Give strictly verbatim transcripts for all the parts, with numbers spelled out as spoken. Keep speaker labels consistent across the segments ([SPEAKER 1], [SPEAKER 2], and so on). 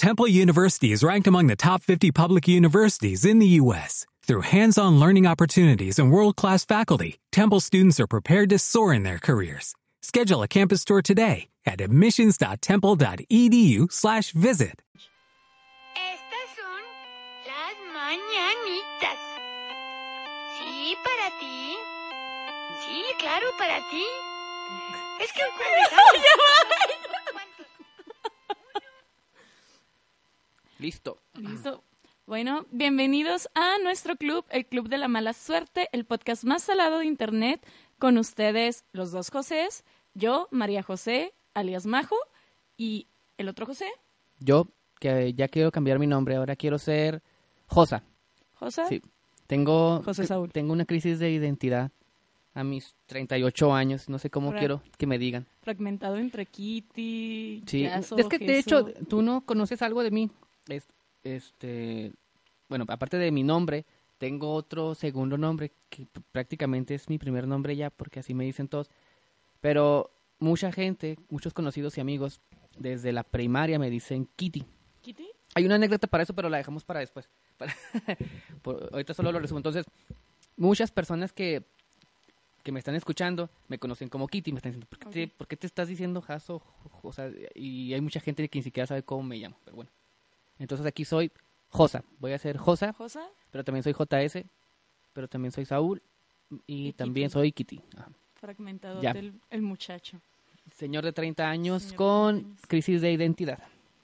[SPEAKER 1] Temple University is ranked among the top fifty public universities in the U S Through hands-on learning opportunities and world-class faculty, Temple students are prepared to soar in their careers. Schedule a campus tour today at admissions.temple.edu slash visit.
[SPEAKER 2] Estas son las mañanitas. Sí, para ti. Sí, claro, para ti. Es que hoy ¿Cuántos?
[SPEAKER 3] Listo.
[SPEAKER 4] Listo. Bueno, bienvenidos a nuestro club, el Club de la Mala Suerte, el podcast más salado de internet. Con ustedes, los dos Josés, yo, María José, alias Majo, y el otro José.
[SPEAKER 3] Yo, que ya quiero cambiar mi nombre, ahora quiero ser Josa.
[SPEAKER 4] ¿Josa?
[SPEAKER 3] Sí. Tengo,
[SPEAKER 4] José Saúl.
[SPEAKER 3] tengo una crisis de identidad a mis treinta y ocho años. No sé cómo
[SPEAKER 4] Fra-
[SPEAKER 3] quiero que me digan.
[SPEAKER 4] Fragmentado entre Kitty,
[SPEAKER 3] Sí,
[SPEAKER 4] Yaso,
[SPEAKER 3] es que de
[SPEAKER 4] Jesús.
[SPEAKER 3] hecho tú no conoces algo de mí. Es- este, bueno, aparte de mi nombre, tengo otro segundo nombre que p- prácticamente es mi primer nombre ya, porque así me dicen todos. Pero mucha gente, muchos conocidos y amigos desde la primaria me dicen Kitty.
[SPEAKER 4] ¿Kitty?
[SPEAKER 3] Hay una anécdota para eso, pero la dejamos para después. Para- Por- ahorita solo lo resumo. Entonces, muchas personas que, que me están escuchando me conocen como Kitty. Me están diciendo, ¿por qué, te,
[SPEAKER 4] Ok. ¿por
[SPEAKER 3] ¿por qué te estás diciendo Jaso? O sea, y hay mucha gente que ni siquiera sabe cómo me llamo. Pero bueno. Entonces aquí soy Josa. Voy a ser Josa,
[SPEAKER 4] ¿Josa?
[SPEAKER 3] pero también soy J S, pero también soy Saúl y,
[SPEAKER 4] Y
[SPEAKER 3] también
[SPEAKER 4] Kitty.
[SPEAKER 3] soy Kitty. Ajá.
[SPEAKER 4] Fragmentado
[SPEAKER 3] Ya.
[SPEAKER 4] del el muchacho.
[SPEAKER 3] Señor de treinta años
[SPEAKER 4] Señor de
[SPEAKER 3] con
[SPEAKER 4] treinta años.
[SPEAKER 3] crisis de identidad.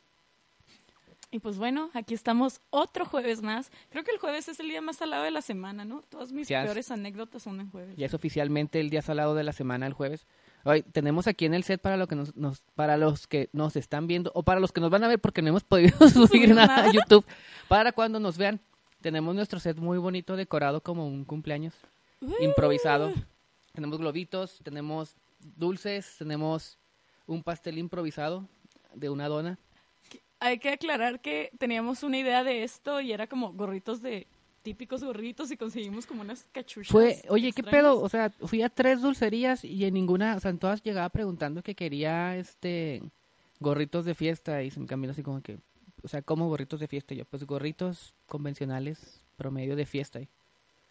[SPEAKER 4] Y pues bueno, aquí estamos otro jueves más. Creo que el jueves es el día más salado de la semana, ¿no? Todas mis
[SPEAKER 3] Ya es-
[SPEAKER 4] peores anécdotas son en jueves.
[SPEAKER 3] Ya es oficialmente el día salado de la semana, el jueves. Hoy tenemos aquí en el set para lo que nos, nos- para los que nos están viendo o para los que nos van a ver porque no hemos podido subir nada a
[SPEAKER 4] nada.
[SPEAKER 3] YouTube. Para cuando nos vean, tenemos nuestro set muy bonito decorado como un cumpleaños improvisado. Tenemos globitos, tenemos dulces, tenemos un pastel improvisado de una dona.
[SPEAKER 4] Hay que aclarar que teníamos una idea de esto y era como gorritos de típicos gorritos y conseguimos como unas cachuchas.
[SPEAKER 3] Fue, oye, ¿qué
[SPEAKER 4] extrañas.
[SPEAKER 3] pedo? O sea, fui a tres dulcerías y en ninguna, o sea, en todas llegaba preguntando que quería, este, gorritos de fiesta y se me cambió así como que, o sea, ¿cómo gorritos de fiesta? Y yo, pues gorritos convencionales, promedio de fiesta. Y,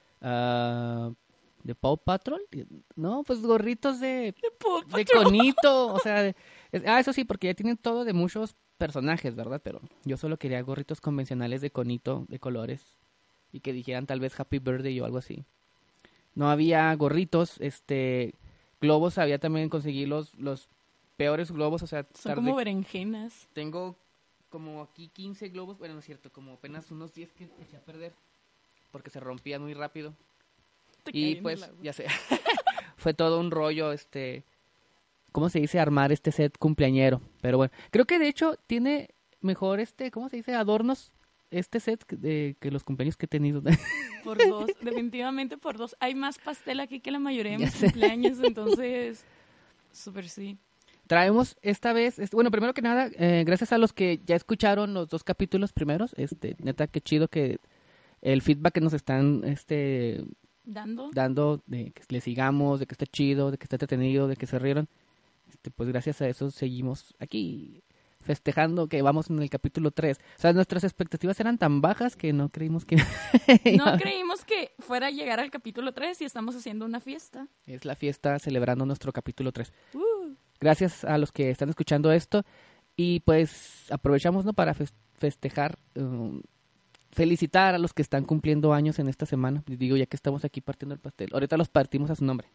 [SPEAKER 3] ah, ¿de Paw Patrol? No, pues gorritos de,
[SPEAKER 4] Paw
[SPEAKER 3] de
[SPEAKER 4] Patrol.
[SPEAKER 3] conito, o sea, de- es- ah, eso sí, porque ya tienen todo de muchos personajes, ¿verdad? Pero yo solo quería gorritos convencionales de conito, de colores, y que dijeran tal vez Happy Birthday o algo así. No había gorritos, este, globos, había también conseguí los, los peores globos, o sea,
[SPEAKER 4] Son
[SPEAKER 3] tardé-
[SPEAKER 4] como berenjenas.
[SPEAKER 3] tengo como aquí quince globos, bueno, no es cierto, como apenas unos diez que eché a perder, porque se rompían muy rápido.
[SPEAKER 4] Te
[SPEAKER 3] Y
[SPEAKER 4] caen en
[SPEAKER 3] pues,
[SPEAKER 4] el agua.
[SPEAKER 3] ya sé, fue todo un rollo, este, ¿cómo se dice? Armar este set cumpleañero. Pero bueno, creo que de hecho tiene mejor, este, ¿cómo se dice? Adornos, este set que- de, que los cumpleaños que he tenido.
[SPEAKER 4] Por dos, definitivamente por dos. Hay más pastel aquí que la mayoría de
[SPEAKER 3] Ya
[SPEAKER 4] mis
[SPEAKER 3] sé.
[SPEAKER 4] cumpleaños, entonces, súper sí.
[SPEAKER 3] Traemos esta vez, este, bueno, primero que nada, eh, gracias a los que ya escucharon los dos capítulos primeros, este, neta, qué chido que el feedback que nos están, este,
[SPEAKER 4] Dando.
[SPEAKER 3] dando de que le sigamos, de que está chido, de que está entretenido, de que se rieron. Este, pues gracias a eso seguimos aquí festejando que vamos en el capítulo tres. O sea, nuestras expectativas eran tan bajas que no creímos que...
[SPEAKER 4] No creímos que fuera a llegar al capítulo tres y estamos haciendo una fiesta.
[SPEAKER 3] Es la fiesta celebrando nuestro capítulo tres.
[SPEAKER 4] Uh,
[SPEAKER 3] Gracias a los que están escuchando esto y pues aprovechamos, ¿no? Para fes- festejar, um, felicitar a los que están cumpliendo años en esta semana. Les digo, ya que estamos aquí partiendo el pastel. Ahorita los partimos a su nombre.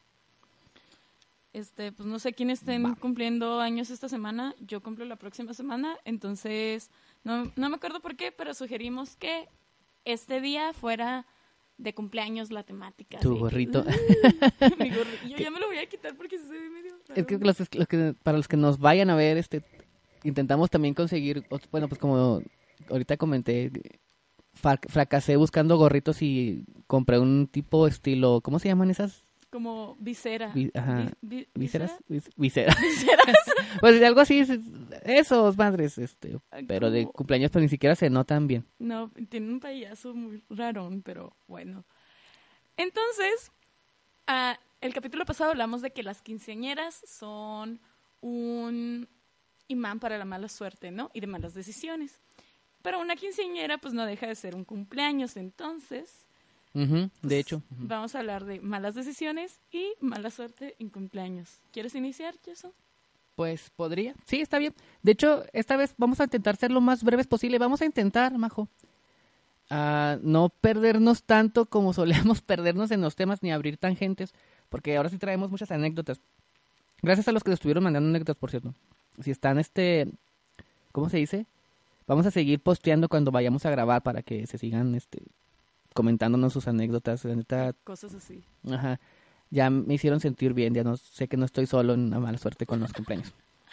[SPEAKER 4] este, pues no sé quién estén
[SPEAKER 3] Va.
[SPEAKER 4] cumpliendo años esta semana. Yo cumplo la próxima semana, entonces no, no me acuerdo por qué, pero sugerimos que este día fuera de cumpleaños la temática.
[SPEAKER 3] Tu
[SPEAKER 4] así que-
[SPEAKER 3] gorrito.
[SPEAKER 4] Mi gorri- Yo ya me lo voy a quitar porque se ve medio raro.
[SPEAKER 3] Es que, los, los que para los que nos vayan a ver, este, intentamos también conseguir, ot- bueno, pues como ahorita comenté, fa- fracasé buscando gorritos y compré un tipo estilo, ¿cómo se llaman esas?
[SPEAKER 4] Como visera.
[SPEAKER 3] Vi- ajá.
[SPEAKER 4] Vi- vi-
[SPEAKER 3] ¿Vísceras?
[SPEAKER 4] ¿Visera?
[SPEAKER 3] Vis- Viseras.
[SPEAKER 4] ¿Viseras?
[SPEAKER 3] Pues algo así, es- esos madres, este,
[SPEAKER 4] Ay,
[SPEAKER 3] pero de
[SPEAKER 4] ¿cómo?
[SPEAKER 3] cumpleaños pero ni siquiera se notan bien.
[SPEAKER 4] No, tiene un payaso muy rarón, pero bueno. Entonces, ah, el capítulo pasado hablamos de que las quinceañeras son un imán para la mala suerte, ¿no? Y de malas decisiones. Pero una quinceañera pues no deja de ser un cumpleaños, entonces...
[SPEAKER 3] Uh-huh,
[SPEAKER 4] pues,
[SPEAKER 3] de hecho. Uh-huh.
[SPEAKER 4] Vamos a hablar de malas decisiones y mala suerte en cumpleaños. ¿Quieres iniciar, Jason?
[SPEAKER 3] Pues podría. Sí, está bien. De hecho, esta vez vamos a intentar ser lo más breves posible. Vamos a intentar, Majo, a no perdernos tanto como solemos perdernos en los temas ni abrir tangentes, porque ahora sí traemos muchas anécdotas. Gracias a los que nos estuvieron mandando anécdotas, por cierto. Si están, este, ¿cómo se dice? Vamos a seguir posteando cuando vayamos a grabar para que se sigan, este, comentándonos sus anécdotas. La neta,
[SPEAKER 4] cosas así.
[SPEAKER 3] Ajá. Ya me hicieron sentir bien, ya no sé que no estoy solo en una mala suerte con los cumpleaños.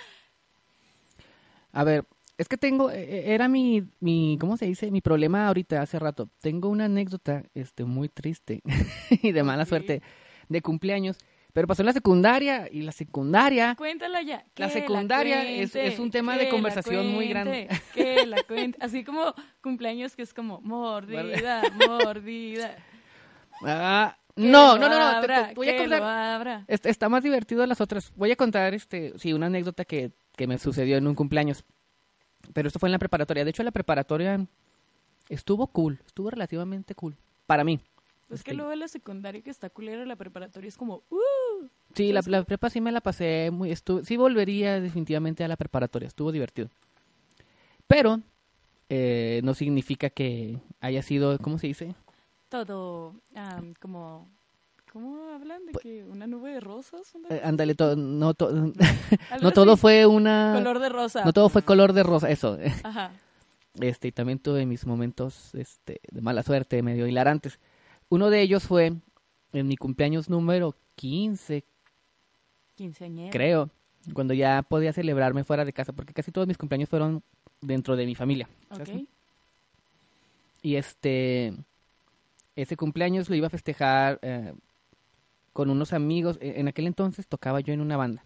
[SPEAKER 3] A ver, es que tengo, era mi, mi, ¿cómo se dice? Mi problema ahorita, hace rato. Tengo una anécdota, este, muy triste y de mala
[SPEAKER 4] Ok.
[SPEAKER 3] suerte de cumpleaños, pero pasó en la secundaria y la secundaria.
[SPEAKER 4] Cuéntala ya.
[SPEAKER 3] La
[SPEAKER 4] que
[SPEAKER 3] secundaria es-
[SPEAKER 4] cuente,
[SPEAKER 3] es un tema
[SPEAKER 4] que
[SPEAKER 3] de
[SPEAKER 4] la
[SPEAKER 3] conversación muy
[SPEAKER 4] cuente,
[SPEAKER 3] grande.
[SPEAKER 4] Que la cuente. Así como cumpleaños que es como mordida, mordida.
[SPEAKER 3] Ah,
[SPEAKER 4] Que
[SPEAKER 3] no,
[SPEAKER 4] lo
[SPEAKER 3] no, no, no, te- te
[SPEAKER 4] abra,
[SPEAKER 3] voy a
[SPEAKER 4] que
[SPEAKER 3] contar.
[SPEAKER 4] lo abra.
[SPEAKER 3] Est- Está más divertido de las otras. Voy a contar, este, sí, una anécdota que, que me sucedió en un cumpleaños. Pero esto fue en la preparatoria. De hecho, la preparatoria estuvo cool, estuvo relativamente cool. Para mí.
[SPEAKER 4] Es que
[SPEAKER 3] Este,
[SPEAKER 4] luego la secundaria que está culera, la preparatoria es como, uh,
[SPEAKER 3] Sí, la,
[SPEAKER 4] pues-
[SPEAKER 3] la prepa sí me la pasé muy... Estu sí volvería definitivamente a la preparatoria, estuvo divertido. Pero eh, no significa que haya sido, ¿cómo se dice?
[SPEAKER 4] todo am, como, ¿cómo hablan de que una nube de rosas? Una-
[SPEAKER 3] Eh, ándale, to- no, to-
[SPEAKER 4] algo
[SPEAKER 3] no todo
[SPEAKER 4] así.
[SPEAKER 3] fue una...
[SPEAKER 4] Color de rosa.
[SPEAKER 3] No todo fue color de rosa, eso.
[SPEAKER 4] Ajá.
[SPEAKER 3] Este, y también tuve mis momentos este, de mala suerte, medio hilarantes. Uno de ellos fue en mi cumpleaños número quince,
[SPEAKER 4] Quinceañera.
[SPEAKER 3] creo, cuando ya podía celebrarme fuera de casa, porque casi todos mis cumpleaños fueron dentro de mi familia. ¿sabes?
[SPEAKER 4] Ok.
[SPEAKER 3] Y este, ese cumpleaños lo iba a festejar eh, con unos amigos. E- En aquel entonces tocaba yo en una banda.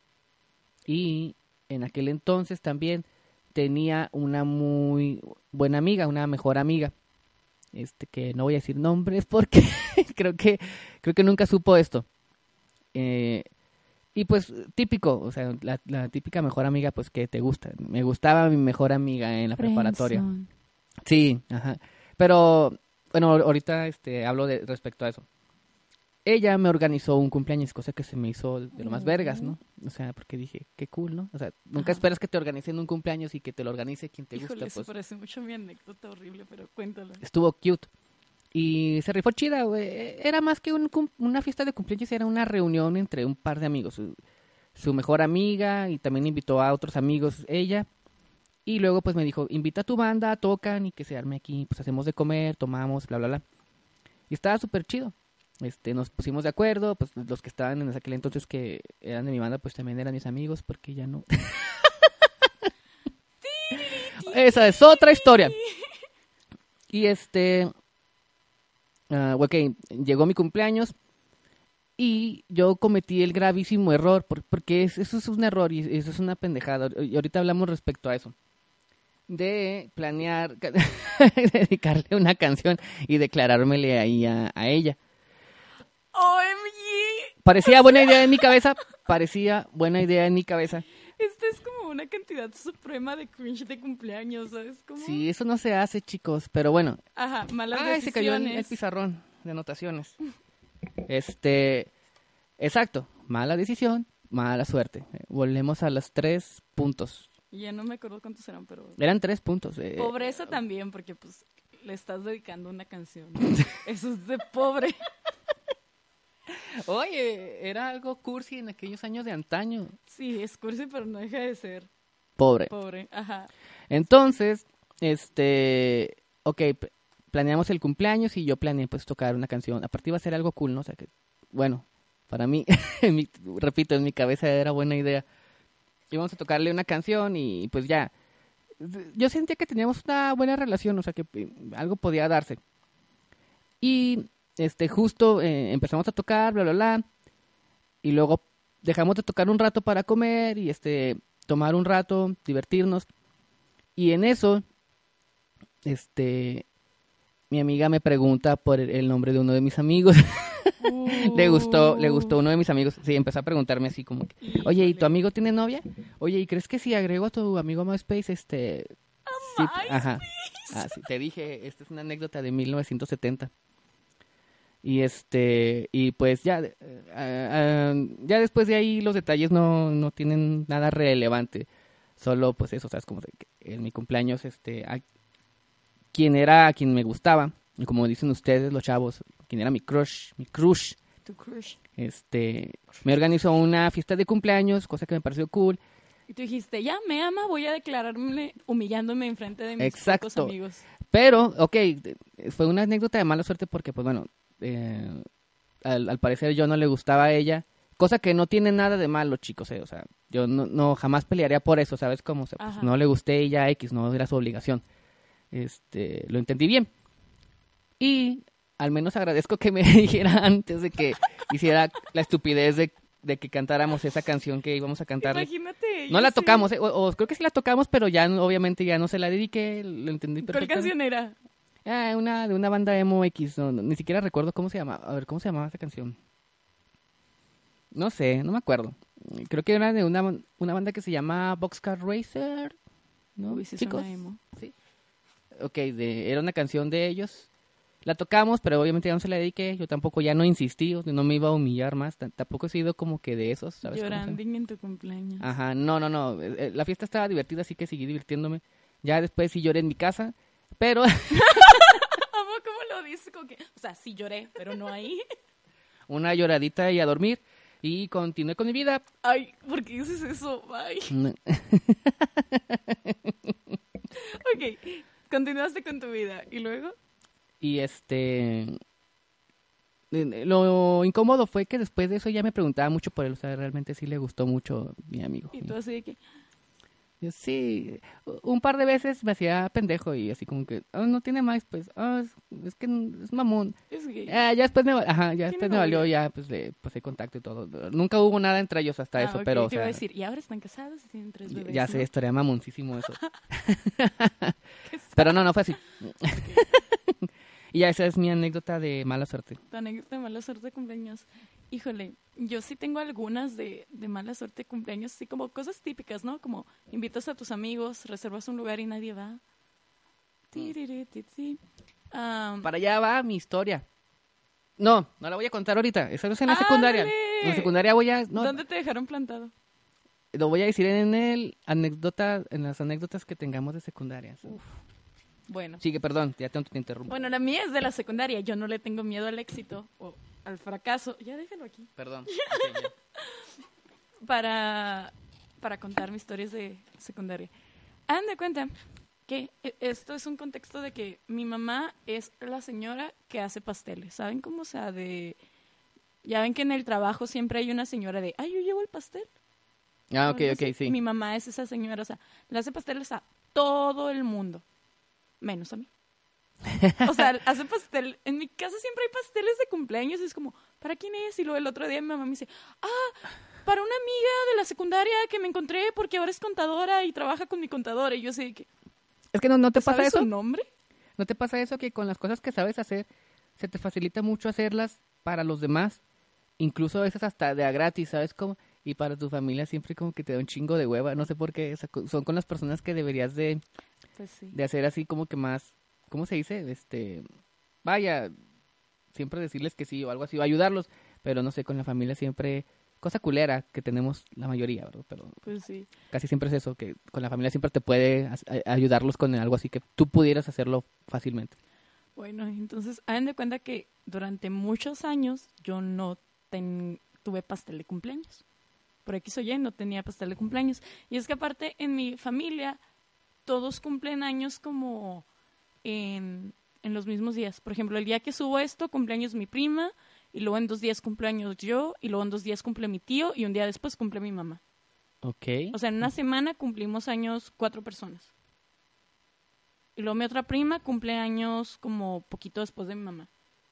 [SPEAKER 3] Y en aquel entonces también tenía una muy buena amiga, una mejor amiga. Este, que no voy a decir nombres porque creo que creo que nunca supo esto. Eh, y pues típico, o sea, la, la típica mejor amiga pues que te gusta. Me gustaba mi mejor amiga en la preparatoria.
[SPEAKER 4] Friendzone.
[SPEAKER 3] Sí, ajá. Pero, bueno, ahorita este, hablo de respecto a eso. Ella me organizó un cumpleaños, cosa que se me hizo de lo más vergas, ¿no? O sea, porque dije, qué cool, ¿no? O sea, nunca
[SPEAKER 4] Ajá.
[SPEAKER 3] esperas que te organicen un cumpleaños y que te lo organice quien te
[SPEAKER 4] Híjole,
[SPEAKER 3] gusta,
[SPEAKER 4] eso
[SPEAKER 3] pues.
[SPEAKER 4] parece mucho mi anécdota horrible, pero cuéntala.
[SPEAKER 3] Estuvo cute. Y se rifó chida, güey. Era más que un cum- una fiesta de cumpleaños, era una reunión entre un par de amigos. Su, su mejor amiga y también invitó a otros amigos ella. Y luego pues me dijo, invita a tu banda, tocan y que se arme aquí, pues hacemos de comer, tomamos, bla, bla, bla. Y estaba súper chido. Este, nos pusimos de acuerdo, pues los que estaban en aquel entonces que eran de mi banda, pues también eran mis amigos, porque ya no. Esa es otra historia. Y este, ah, ok, llegó mi cumpleaños y yo cometí el gravísimo error, por- porque es- eso es un error y eso es una pendejada. Y ahorita hablamos respecto a eso. De planear, dedicarle una canción y declarármele ahí a, a ella.
[SPEAKER 4] O M G.
[SPEAKER 3] Parecía buena idea en mi cabeza, parecía buena idea en mi cabeza.
[SPEAKER 4] Esta es como una cantidad suprema de cringe de cumpleaños, ¿sabes? Como...
[SPEAKER 3] Sí, eso no se hace, chicos, pero bueno.
[SPEAKER 4] Ajá, malas
[SPEAKER 3] Ay, se cayó el,
[SPEAKER 4] decisiones.
[SPEAKER 3] el pizarrón de anotaciones. Este, exacto, mala decisión, mala suerte. Eh, Volvemos a los tres puntos.
[SPEAKER 4] Ya no me acuerdo cuántos eran, pero...
[SPEAKER 3] Eran tres puntos. eh,
[SPEAKER 4] Pobreza también, porque pues le estás dedicando una canción. Eso es de pobre.
[SPEAKER 3] Oye, era algo cursi en aquellos años de antaño.
[SPEAKER 4] Sí, es cursi, pero no deja de ser
[SPEAKER 3] Pobre.
[SPEAKER 4] pobre. Ajá.
[SPEAKER 3] Entonces, este, ok, p- planeamos el cumpleaños y yo planeé pues tocar una canción. Aparte iba a ser algo cool, ¿no? O sea que, bueno, para mí, en mi- repito, en mi cabeza era buena idea. Íbamos a tocarle una canción y pues ya. Yo sentía que teníamos una buena relación, o sea que eh, algo podía darse. Y este justo eh, empezamos a tocar, bla, bla, bla. Y luego dejamos de tocar un rato para comer y este tomar un rato, divertirnos. Y en eso, este, mi amiga me pregunta por el, el nombre de uno de mis amigos. le gustó, le gustó uno de mis amigos. Sí, empezó a preguntarme así como que, oye, ¿y tu amigo tiene novia? Oye, ¿y crees que si agrego a tu amigo a MySpace, este, Sí, ajá. Ah, sí, te dije, esta es una anécdota de mil novecientos setenta. Y este, y pues ya, eh, ah, ah, ya después de ahí los detalles no, no tienen nada relevante. Solo pues eso, ¿sabes? Como de que en mi cumpleaños, este, a quien era, a quien me gustaba, y como dicen ustedes los chavos, quien era mi crush, mi crush,
[SPEAKER 4] Tu crush.
[SPEAKER 3] este, me organizó una fiesta de cumpleaños, cosa que me pareció cool.
[SPEAKER 4] Y tú dijiste, ya me ama, voy a declararme humillándome enfrente de mis
[SPEAKER 3] Exacto.
[SPEAKER 4] pocos amigos.
[SPEAKER 3] Pero, ok, fue una anécdota de mala suerte porque, pues bueno, eh, al, al parecer yo no le gustaba a ella, cosa que no tiene nada de malo, chicos, eh, o sea, yo no, no jamás pelearía por eso, ¿sabes cómo? O sea, pues
[SPEAKER 4] Ajá.
[SPEAKER 3] no le gusté y ya X, no era su obligación. Este, lo entendí bien. Y al menos agradezco que me dijera antes de que hiciera la estupidez de, de que cantáramos esa canción que íbamos a cantarle.
[SPEAKER 4] Imagínate.
[SPEAKER 3] No
[SPEAKER 4] yo
[SPEAKER 3] la
[SPEAKER 4] sí.
[SPEAKER 3] tocamos, eh, o, o creo que sí la tocamos, pero ya no- obviamente ya no se la dediqué, lo entendí
[SPEAKER 4] ¿Cuál
[SPEAKER 3] perfectamente.
[SPEAKER 4] canción era?
[SPEAKER 3] Ah, una de una banda emo X, no, no, ni siquiera recuerdo cómo se llamaba. A ver, ¿cómo se llamaba esa canción? No sé, no me acuerdo. Creo que era de una, una banda que se llama Boxcar Racer, ¿no?
[SPEAKER 4] Uy, sí
[SPEAKER 3] chicos.
[SPEAKER 4] suena emo.
[SPEAKER 3] Sí. Ok, de, era una canción de ellos. La tocamos, pero obviamente ya no se la dediqué. Yo tampoco ya no insistí, o sea, no me iba a humillar más. T- tampoco he sido como que de esos, ¿sabes? cómo se-
[SPEAKER 4] Llorando en tu cumpleaños.
[SPEAKER 3] Ajá, no, no, no. eh, eh, La fiesta estaba divertida, así que seguí divirtiéndome. Ya después sí lloré en mi casa, pero
[SPEAKER 4] Amo cómo lo dices, como que, o sea, sí lloré, pero no ahí.
[SPEAKER 3] una lloradita y a dormir. Y continué con mi vida.
[SPEAKER 4] Ay, ¿por qué dices eso? Ay. Ok, continuaste con tu vida. ¿Y luego?
[SPEAKER 3] Y este... eh, Lo incómodo fue que después de eso ya me preguntaba mucho por él. O sea, realmente sí le gustó mucho mi amigo.
[SPEAKER 4] Y tú así de que,
[SPEAKER 3] Yo, sí, un par de veces me hacía pendejo y así como que, "Ah, no tiene más, pues, ah, es, es que es mamón.
[SPEAKER 4] es gay.
[SPEAKER 3] Ah, ya después me, va- ajá, ya después me valió,
[SPEAKER 4] novia?
[SPEAKER 3] ya pues le pasé contacto y todo. Nunca hubo nada entre ellos hasta
[SPEAKER 4] Ah,
[SPEAKER 3] eso,
[SPEAKER 4] ok,
[SPEAKER 3] pero, o
[SPEAKER 4] te iba a
[SPEAKER 3] sea,
[SPEAKER 4] decir, y ahora están casados y tienen tres bebés.
[SPEAKER 3] ya sé,
[SPEAKER 4] ¿no?
[SPEAKER 3] estaría mamoncísimo eso.
[SPEAKER 4] Qué
[SPEAKER 3] Pero no, no fue así. Y ya esa es mi anécdota de mala suerte.
[SPEAKER 4] Tu anécdota de mala suerte de cumpleaños. Híjole, yo sí tengo algunas de, de mala suerte de cumpleaños, así como cosas típicas, ¿no? Como invitas a tus amigos, reservas un lugar y nadie va. Tirirititi. Am,
[SPEAKER 3] Para allá va mi historia. No, no la voy a contar ahorita. Eso es en la secundaria.
[SPEAKER 4] ¡Ándale!
[SPEAKER 3] En la secundaria voy a... No,
[SPEAKER 4] ¿Dónde te dejaron plantado?
[SPEAKER 3] lo voy a decir en el anécdota, en las anécdotas que tengamos de secundaria.
[SPEAKER 4] Bueno.
[SPEAKER 3] Sigue, perdón, ya te, te interrumpo.
[SPEAKER 4] Bueno, la mía es de la secundaria. Yo no le tengo miedo al éxito o al fracaso. Ya déjalo aquí.
[SPEAKER 3] Perdón. Ok, ya.
[SPEAKER 4] Para, para contar mis historias de secundaria. Hagan de cuenta que e- esto es un contexto de que mi mamá es la señora que hace pasteles. ¿Saben cómo? O sea, de... Ya ven que en el trabajo siempre hay una señora de, ay, yo llevo el pastel.
[SPEAKER 3] Ah, ok,
[SPEAKER 4] Algo
[SPEAKER 3] ok,
[SPEAKER 4] así.
[SPEAKER 3] sí.
[SPEAKER 4] Mi mamá es esa señora, o sea, le hace pasteles a todo el mundo, menos a mí. O sea, hace pastel. En mi casa siempre hay pasteles de cumpleaños. Y es como, ¿para quién es? Y luego el otro día mi mamá me dice, ah, para una amiga de la secundaria que me encontré porque ahora es contadora y trabaja con mi contadora. Y yo sé que,
[SPEAKER 3] Es que no, no te pasa
[SPEAKER 4] ¿sabes
[SPEAKER 3] eso.
[SPEAKER 4] su nombre?
[SPEAKER 3] ¿No te pasa eso que con las cosas que sabes hacer, se te facilita mucho hacerlas para los demás? Incluso a veces hasta de a gratis, ¿sabes cómo? Y para tu familia siempre como que te da un chingo de hueva. No sé por qué. O sea, co- son con las personas que deberías de,
[SPEAKER 4] Pues sí.
[SPEAKER 3] de hacer así como que más... ¿Cómo se dice? Este... Vaya, siempre decirles que sí o algo así, o ayudarlos. Pero no sé, con la familia siempre... Cosa culera que tenemos la mayoría, ¿verdad? Pero
[SPEAKER 4] Pues sí.
[SPEAKER 3] casi siempre es eso, que con la familia siempre te puede as- a- ayudarlos con algo así que tú pudieras hacerlo fácilmente.
[SPEAKER 4] Bueno, entonces, hagan de cuenta que durante muchos años yo no ten- tuve pastel de cumpleaños. Por X o Y no tenía pastel de cumpleaños. Y es que aparte en mi familia todos cumplen años como en, en los mismos días. Por ejemplo, el día que subo esto, cumpleaños mi prima, y luego en dos días cumpleaños yo, y luego en dos días cumple mi tío, y un día después cumple mi mamá.
[SPEAKER 3] Ok.
[SPEAKER 4] O sea, en una semana cumplimos años cuatro personas. Y luego mi otra prima cumple años como poquito después de mi mamá.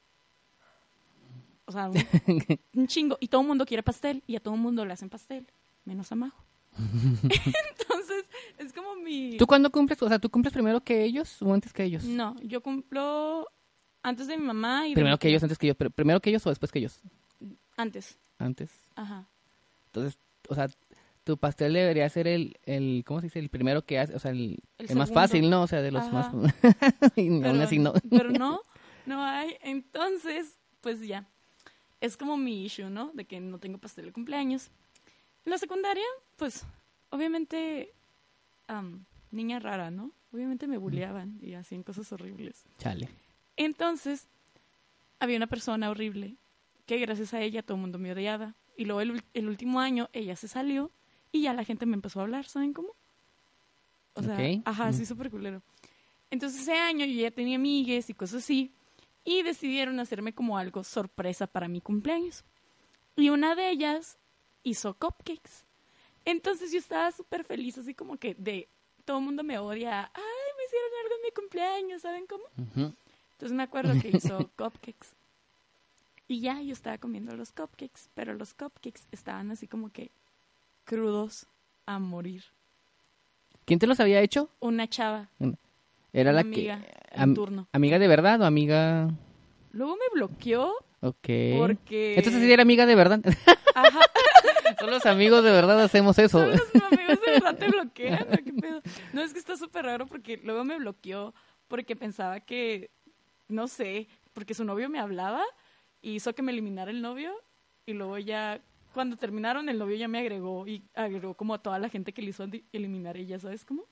[SPEAKER 4] O sea, un, un chingo. Y todo el mundo quiere pastel. Y a todo el mundo le hacen pastel. Menos a Majo. Entonces, es como mi...
[SPEAKER 3] ¿Tú cuándo cumples? O sea, ¿tú cumples primero que ellos o antes que ellos?
[SPEAKER 4] No, yo cumplo antes de mi mamá y de
[SPEAKER 3] Primero
[SPEAKER 4] mi
[SPEAKER 3] que
[SPEAKER 4] tía.
[SPEAKER 3] ellos, antes que ellos. Pero ¿primero que ellos o después que ellos?
[SPEAKER 4] Antes.
[SPEAKER 3] Antes.
[SPEAKER 4] Ajá.
[SPEAKER 3] Entonces, o sea, tu pastel debería ser el, el, ¿cómo se dice? El primero que hace, o sea, el,
[SPEAKER 4] El
[SPEAKER 3] el más
[SPEAKER 4] segundo.
[SPEAKER 3] fácil, ¿no? O sea, de los
[SPEAKER 4] Ajá.
[SPEAKER 3] más... y aún
[SPEAKER 4] Pero,
[SPEAKER 3] así no.
[SPEAKER 4] pero no, no hay. Entonces, pues ya. Es como mi issue, ¿no? De que no tengo pastel de cumpleaños. En la secundaria, pues, obviamente, am, niña rara, ¿no? Obviamente me bulleaban y hacían cosas horribles.
[SPEAKER 3] Chale.
[SPEAKER 4] Entonces, había una persona horrible que gracias a ella todo el mundo me odiaba. Y luego el, ul- el último año ella se salió y ya la gente me empezó a hablar, ¿saben cómo? O sea,
[SPEAKER 3] Ok.
[SPEAKER 4] ajá,
[SPEAKER 3] Mm.
[SPEAKER 4] sí, súper culero. Entonces ese año yo ya tenía amigues y cosas así y decidieron hacerme como algo sorpresa para mi cumpleaños. Y una de ellas hizo cupcakes. Entonces yo estaba súper feliz, así como que de todo el mundo me odia. Ay, me hicieron algo en mi cumpleaños, ¿saben cómo?
[SPEAKER 3] Ujú.
[SPEAKER 4] Entonces me acuerdo que hizo cupcakes. Y ya yo estaba comiendo los cupcakes, pero los cupcakes estaban así como que crudos a morir.
[SPEAKER 3] ¿Quién te los había hecho?
[SPEAKER 4] Una chava,
[SPEAKER 3] Era
[SPEAKER 4] una
[SPEAKER 3] la
[SPEAKER 4] amiga
[SPEAKER 3] que...
[SPEAKER 4] en
[SPEAKER 3] am-
[SPEAKER 4] turno.
[SPEAKER 3] ¿Amiga de verdad o amiga...?
[SPEAKER 4] Luego me bloqueó
[SPEAKER 3] Ok.
[SPEAKER 4] porque...
[SPEAKER 3] Entonces sí era amiga de verdad.
[SPEAKER 4] Ajá,
[SPEAKER 3] Son los amigos de verdad hacemos eso.
[SPEAKER 4] son los amigos de verdad te bloquean, ¿no? ¿Qué pedo? No, es que está súper raro porque luego me bloqueó porque pensaba que, no sé, porque su novio me hablaba y hizo que me eliminara el novio y luego ya, cuando terminaron, el novio ya me agregó y agregó como a toda la gente que le hizo di- eliminar ella, ¿sabes cómo?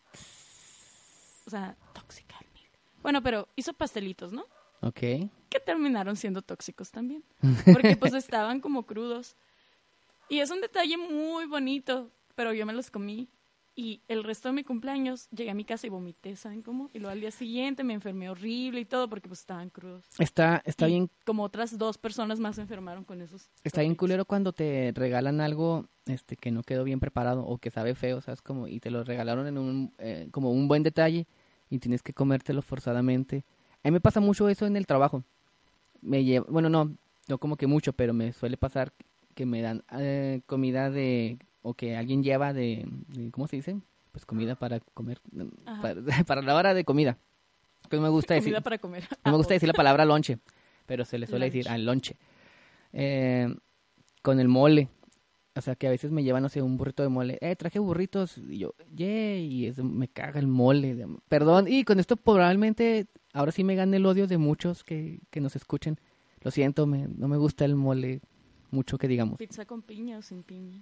[SPEAKER 4] O sea, tóxica al mil. Bueno, pero hizo pastelitos, ¿no?
[SPEAKER 3] Ok.
[SPEAKER 4] Que terminaron siendo tóxicos también. Porque pues estaban como crudos. Y es un detalle muy bonito, pero yo me los comí. Y el resto de mi cumpleaños llegué a mi casa y vomité, ¿saben cómo? Y luego al día siguiente me enfermé horrible y todo porque pues estaban crudos.
[SPEAKER 3] Está, está
[SPEAKER 4] Y
[SPEAKER 3] bien,
[SPEAKER 4] como otras dos personas más se enfermaron con esos.
[SPEAKER 3] está bien
[SPEAKER 4] cupcakes.
[SPEAKER 3] culero cuando te regalan algo este que no quedó bien preparado o que sabe feo, ¿sabes? Como, y te lo regalaron en un, eh, como un buen detalle y tienes que comértelo forzadamente. A mí me pasa mucho eso en el trabajo. Me lleva, bueno, no, no como que mucho, pero me suele pasar que me dan eh, comida de, o que alguien lleva de, de- ¿cómo se dice? Pues comida para comer,
[SPEAKER 4] Ajá.
[SPEAKER 3] para, para la hora de comida. Pues me gusta decir,
[SPEAKER 4] Comida para comer.
[SPEAKER 3] no me gusta
[SPEAKER 4] Ah,
[SPEAKER 3] decir la palabra lonche, pero se le suele
[SPEAKER 4] Lunch.
[SPEAKER 3] decir al lonche. Eh, con el mole. O sea, que a veces me llevan, no sé, un burrito de mole. Eh, traje burritos. Y yo, yay, y eso me caga el mole. de- Perdón, y con esto probablemente ahora sí me gane el odio de muchos que, que nos escuchen. Lo siento, me, no me gusta el mole mucho que digamos.
[SPEAKER 4] ¿Pizza con piña o sin piña?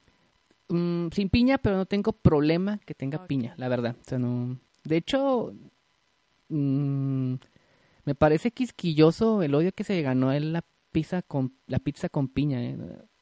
[SPEAKER 3] Mm, sin piña, pero no tengo problema que tenga
[SPEAKER 4] Ok.
[SPEAKER 3] piña, la verdad. O sea, no... De hecho, mm, me parece quisquilloso el odio que se ganó en la pizza con, la pizza con piña. ¿eh?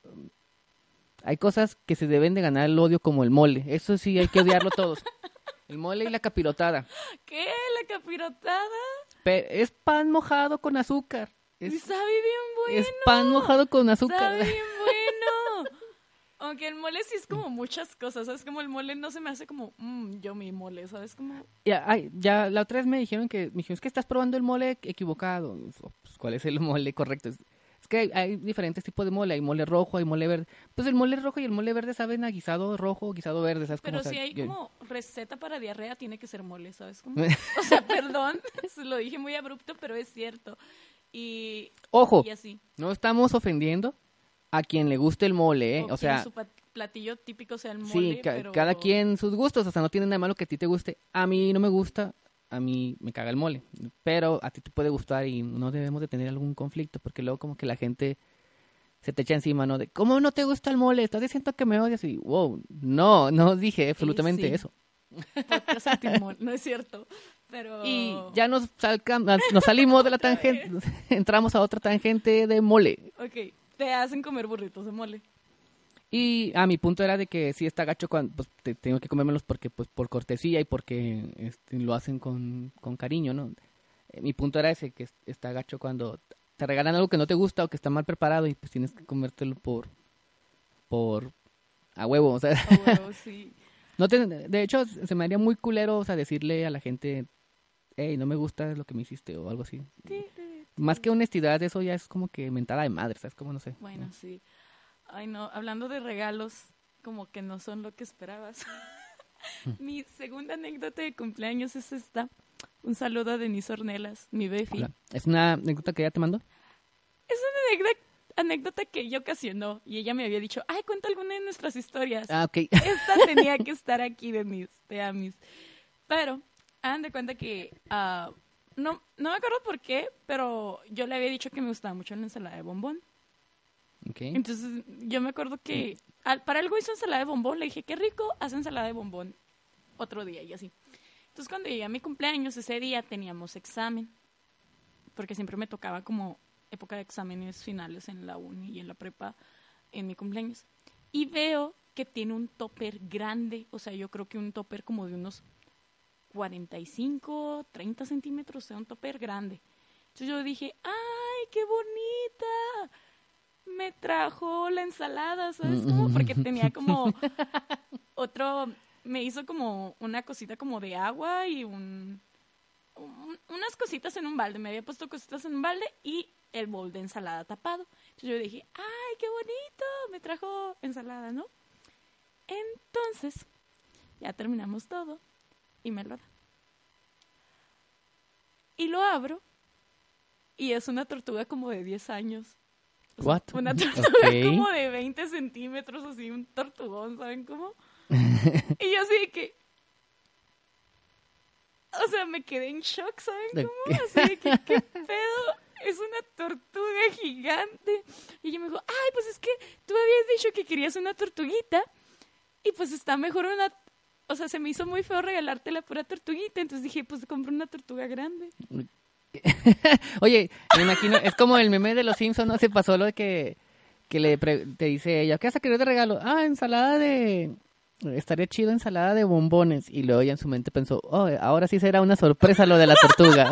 [SPEAKER 3] Hay cosas que se deben de ganar el odio como el mole. Eso sí, hay que odiarlo todos. El mole y la capirotada.
[SPEAKER 4] ¿Qué? ¿La capirotada?
[SPEAKER 3] Pe- es pan mojado con azúcar.
[SPEAKER 4] Y
[SPEAKER 3] Es,
[SPEAKER 4] sabe bien bueno.
[SPEAKER 3] es pan mojado con azúcar.
[SPEAKER 4] Sabe bien bueno. Aunque el mole sí es como muchas cosas, ¿sabes? Como el mole no se me hace como, mmm, yo mi mole, ¿sabes? Como,
[SPEAKER 3] Ya, ay, ya la otra vez me dijeron que, me dijeron, es que estás probando el mole equivocado. Pues, ¿cuál es el mole correcto? Es, es que hay, hay diferentes tipos de mole. Hay mole rojo, hay mole verde. Pues el mole rojo y el mole verde saben a guisado rojo o guisado verde, ¿sabes?
[SPEAKER 4] pero
[SPEAKER 3] cómo? O sea,
[SPEAKER 4] si hay
[SPEAKER 3] yo-
[SPEAKER 4] como receta para diarrea, tiene que ser mole, ¿sabes? Como, o sea, perdón, se lo dije muy abrupto, pero es cierto. Y,
[SPEAKER 3] Ojo,
[SPEAKER 4] y así.
[SPEAKER 3] no estamos ofendiendo a quien le guste el mole, ¿eh?
[SPEAKER 4] O
[SPEAKER 3] O
[SPEAKER 4] quien
[SPEAKER 3] sea,
[SPEAKER 4] su pat- platillo típico sea el mole,
[SPEAKER 3] sí, ca-
[SPEAKER 4] pero...
[SPEAKER 3] cada quien sus gustos, o sea, no tiene nada malo que a ti te guste. A mí no me gusta, a mí me caga el mole, pero a ti te puede gustar y no debemos de tener algún conflicto, porque luego como que la gente se te echa encima, ¿no? De, ¿cómo no te gusta el mole? ¿Estás diciendo que me odias? Y, wow, no, no dije absolutamente
[SPEAKER 4] sí.
[SPEAKER 3] eso.
[SPEAKER 4] podcast antimol, no es cierto, pero...
[SPEAKER 3] Y ya nos, salca- nos salimos de la
[SPEAKER 4] Otra
[SPEAKER 3] tangente, entramos a otra tangente de mole.
[SPEAKER 4] Ok, te hacen comer burritos de mole.
[SPEAKER 3] Y a mi punto era de que sí está gacho cuando pues, te- tengo que comérmelos porque pues por cortesía y porque este, lo hacen con, con cariño, ¿no? Eh, mi punto era ese, que es- está gacho cuando te regalan algo que no te gusta o que está mal preparado y pues tienes que comértelo por por a huevo, o sea,
[SPEAKER 4] A huevo, sí.
[SPEAKER 3] no te- de hecho se me haría muy culero, o sea, decirle a la gente, hey, no me gusta lo que me hiciste o algo así. Más que honestidad, eso ya es como que mentada de madre, ¿sabes? Como no sé.
[SPEAKER 4] Bueno, sí. Ay, no, hablando de regalos, como que no son lo que esperabas. Mi segunda anécdota de cumpleaños es esta. Un saludo a Denise Ornelas, mi befi.
[SPEAKER 3] Hola. ¿Es una anécdota que ya te mando?
[SPEAKER 4] Es una anécdota, anécdota que ella ocasionó y ella me había dicho, ay, cuenta alguna de nuestras historias.
[SPEAKER 3] Ah, ok.
[SPEAKER 4] Esta tenía que estar aquí de mis, de Amis. Pero, hagan de cuenta que, uh, no, no me acuerdo por qué, pero yo le había dicho que me gustaba mucho la ensalada de bombón.
[SPEAKER 3] Okay.
[SPEAKER 4] Entonces, yo me acuerdo que al, para algo hizo ensalada de bombón, le dije, qué rico, haz ensalada de bombón otro día y así. Entonces, cuando llegué a mi cumpleaños, ese día teníamos examen, porque siempre me tocaba como época de exámenes finales en la uni y en la prepa en mi cumpleaños. Y veo que tiene un topper grande, o sea, yo creo que un topper como de unos cuarenta y cinco, treinta centímetros, o sea, un topper grande. Entonces yo dije, ¡ay, qué bonita! Me trajo la ensalada, ¿sabes cómo? Porque tenía como otro, me hizo como una cosita como de agua y un, un, unas cositas en un balde. Me había puesto cositas en un balde y el bol de ensalada tapado. Entonces yo dije, ¡ay, qué bonito! Me trajo ensalada, ¿no? Entonces, ya terminamos todo y me lo da. Y lo abro y es una tortuga como de diez años. O sea,
[SPEAKER 3] What?
[SPEAKER 4] una tortuga
[SPEAKER 3] Okay.
[SPEAKER 4] como de veinte centímetros, así, un tortugón, ¿saben cómo? Y yo así de que... O sea, me quedé en shock, ¿saben cómo? Así de que, ¿qué pedo? Es una tortuga gigante. Y ella me dijo, ay, pues es que tú habías dicho que querías una tortuguita. Y pues está mejor una... O sea, se me hizo muy feo regalarte la pura tortuguita. Entonces dije, pues compro una tortuga grande.
[SPEAKER 3] Oye, me imagino, es como el meme de los Simpsons, ¿no? Se pasó lo de que, que le pre- te dice ella, ¿qué vas a querer de regalo? Ah, ensalada de... Estaría chido ensalada de bombones. Y luego ella en su mente pensó, oh, ahora sí será una sorpresa lo de la tortuga.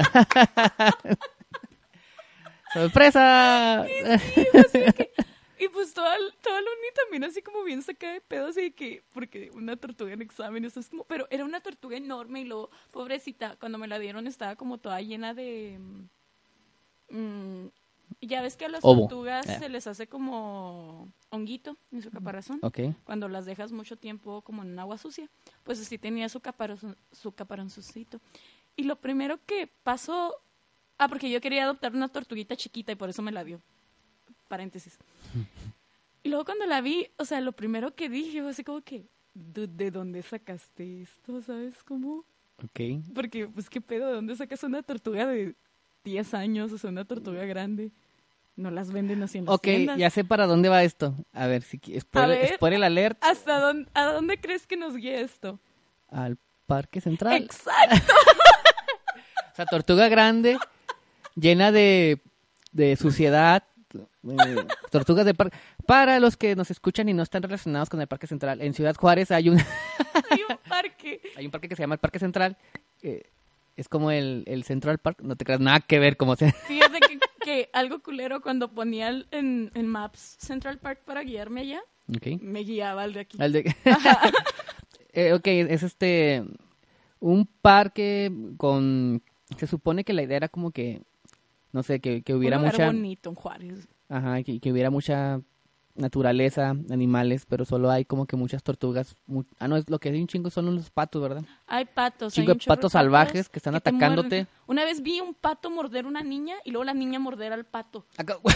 [SPEAKER 3] ¡Sorpresa!
[SPEAKER 4] Sí, fue así de que... Y pues toda, toda la uni también así como bien sacada de pedo, así de que, porque una tortuga en examen, eso es como, pero era una tortuga enorme y luego, pobrecita, cuando me la dieron estaba como toda llena de, mm, ya ves que a las
[SPEAKER 3] Ovo.
[SPEAKER 4] tortugas
[SPEAKER 3] Yeah.
[SPEAKER 4] se les hace como honguito en su caparazón,
[SPEAKER 3] Ok.
[SPEAKER 4] cuando las dejas mucho tiempo como en agua sucia, pues así tenía su caparazón, su caparazoncito. Y lo primero que pasó, ah, porque yo quería adoptar una tortuguita chiquita y por eso me la dio. Paréntesis. Y luego cuando la vi, o sea, lo primero que dije fue así como que, "Dude, ¿de dónde sacaste esto? ¿Sabes cómo?
[SPEAKER 3] Ok.
[SPEAKER 4] Porque, pues, ¿qué pedo? ¿De dónde sacas una tortuga de diez años? O sea, una tortuga grande. No las venden así en las
[SPEAKER 3] Ok,
[SPEAKER 4] tiendas.
[SPEAKER 3] ya sé para dónde va esto. A ver, si qui- spoiler,
[SPEAKER 4] ver.
[SPEAKER 3] spoiler alert
[SPEAKER 4] ¿Hasta dónde, a dónde crees que nos guía esto?
[SPEAKER 3] al Parque Central.
[SPEAKER 4] Exacto.
[SPEAKER 3] O sea, tortuga grande, llena de, de suciedad. eh, tortugas de parque. Para los que nos escuchan y no están relacionados con el Parque Central, en Ciudad Juárez hay un,
[SPEAKER 4] Hay un parque.
[SPEAKER 3] hay un parque que se llama el Parque Central. eh, es como el, el Central Park. No te creas nada que ver como sea.
[SPEAKER 4] Fíjate que, que algo culero cuando ponía el- en, en Maps Central Park para guiarme allá,
[SPEAKER 3] Ok.
[SPEAKER 4] me guiaba al de aquí.
[SPEAKER 3] Al de- Eh, ok, es este un parque con, se supone que la idea era como que, no sé, que, que hubiera
[SPEAKER 4] un lugar
[SPEAKER 3] mucha,
[SPEAKER 4] bonito en Juárez.
[SPEAKER 3] ajá, que, que hubiera mucha naturaleza, animales, pero solo hay como que muchas tortugas. mu- ah, no, es lo que hay un chingo son los patos, ¿verdad?
[SPEAKER 4] Hay patos.
[SPEAKER 3] Chingo
[SPEAKER 4] hay un
[SPEAKER 3] de
[SPEAKER 4] chorro
[SPEAKER 3] patos salvajes que están
[SPEAKER 4] te
[SPEAKER 3] atacándote.
[SPEAKER 4] muerden. Una vez vi un pato morder una niña y luego la niña morder al pato.
[SPEAKER 3] Acá-
[SPEAKER 4] O sea,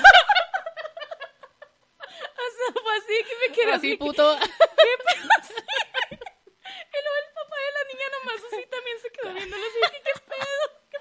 [SPEAKER 4] fue así que me quedé así.
[SPEAKER 3] así,
[SPEAKER 4] que-
[SPEAKER 3] puto.
[SPEAKER 4] Y luego el papá de la niña nomás así también se quedó viéndolo así. que, ¿Qué pedo? ¿Qué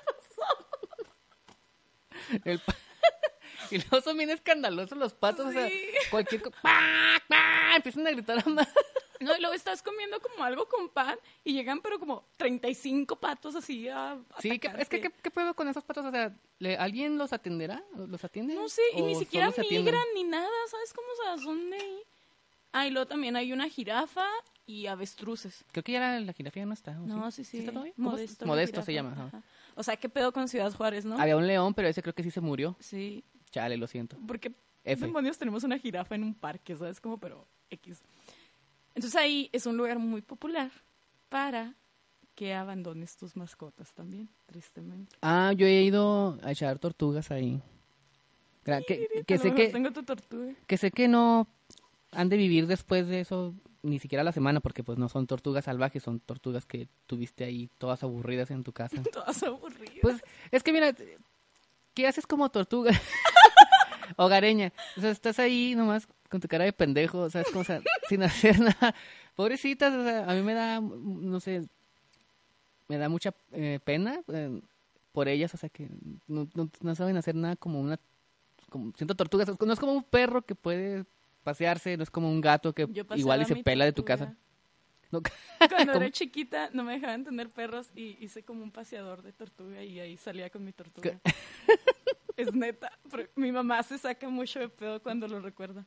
[SPEAKER 4] pasó?
[SPEAKER 3] El pa- y luego son bien escandalosos los patos, o sea,
[SPEAKER 4] Sí.
[SPEAKER 3] cualquier co- ¡Pah! ¡Pah! Empiezan a gritar a más.
[SPEAKER 4] No, y luego estás comiendo como algo con pan y llegan pero como treinta y cinco patos así a
[SPEAKER 3] Sí, ¿qué- es que ¿qué, qué puedo con esos patos? O sea, ¿le- ¿alguien los atenderá? ¿Los atiende?
[SPEAKER 4] No sé, y
[SPEAKER 3] ¿O
[SPEAKER 4] ni siquiera
[SPEAKER 3] solo se atienden?
[SPEAKER 4] migran ni nada, ¿sabes cómo? O sea, son de ahí. Ah, y luego también hay una jirafa y avestruces.
[SPEAKER 3] Creo que ya la, la jirafa ya no está. ¿o
[SPEAKER 4] No, sí, sí.
[SPEAKER 3] está todavía? ¿Cómo se-
[SPEAKER 4] Modesto. la
[SPEAKER 3] Modesto se
[SPEAKER 4] jirafa,
[SPEAKER 3] llama. ajá.
[SPEAKER 4] ajá. O sea, ¿qué pedo con Ciudad Juárez, no?
[SPEAKER 3] Había un león, pero ese creo que sí se murió.
[SPEAKER 4] Sí,
[SPEAKER 3] Chale, lo siento.
[SPEAKER 4] porque
[SPEAKER 3] F.
[SPEAKER 4] demonios tenemos una jirafa en un parque, ¿sabes? Como, pero X. Entonces ahí es un lugar muy popular para que abandones tus mascotas también, tristemente.
[SPEAKER 3] Ah, yo he ido a echar tortugas ahí. Gra- Que,
[SPEAKER 4] Mire,
[SPEAKER 3] que
[SPEAKER 4] a lo
[SPEAKER 3] sé
[SPEAKER 4] mejor
[SPEAKER 3] que,
[SPEAKER 4] tengo tu tortuga.
[SPEAKER 3] que sé que no han de vivir después de eso ni siquiera la semana, porque pues no son tortugas salvajes, son tortugas que tuviste ahí todas aburridas en tu casa.
[SPEAKER 4] Todas aburridas.
[SPEAKER 3] Pues es que mira, ¿qué haces como tortuga? Hogareña. O sea, estás ahí nomás con tu cara de pendejo, o sea, es como, o sea, sin hacer nada. Pobrecitas, o sea, a mí me da, no sé, me da mucha eh, pena eh, por ellas, o sea, que no, no, no saben hacer nada como una, como, siento tortugas, no es como un perro que puede pasearse, no es como un gato que
[SPEAKER 4] Yo paseaba
[SPEAKER 3] igual y
[SPEAKER 4] a
[SPEAKER 3] se
[SPEAKER 4] mi
[SPEAKER 3] pela de tu
[SPEAKER 4] tortuga.
[SPEAKER 3] casa. No,
[SPEAKER 4] Cuando
[SPEAKER 3] ¿cómo?
[SPEAKER 4] era chiquita no me dejaban tener perros y hice como un paseador de tortuga y ahí salía con mi tortuga. Es neta, pero mi mamá se saca mucho de pedo cuando lo recuerda.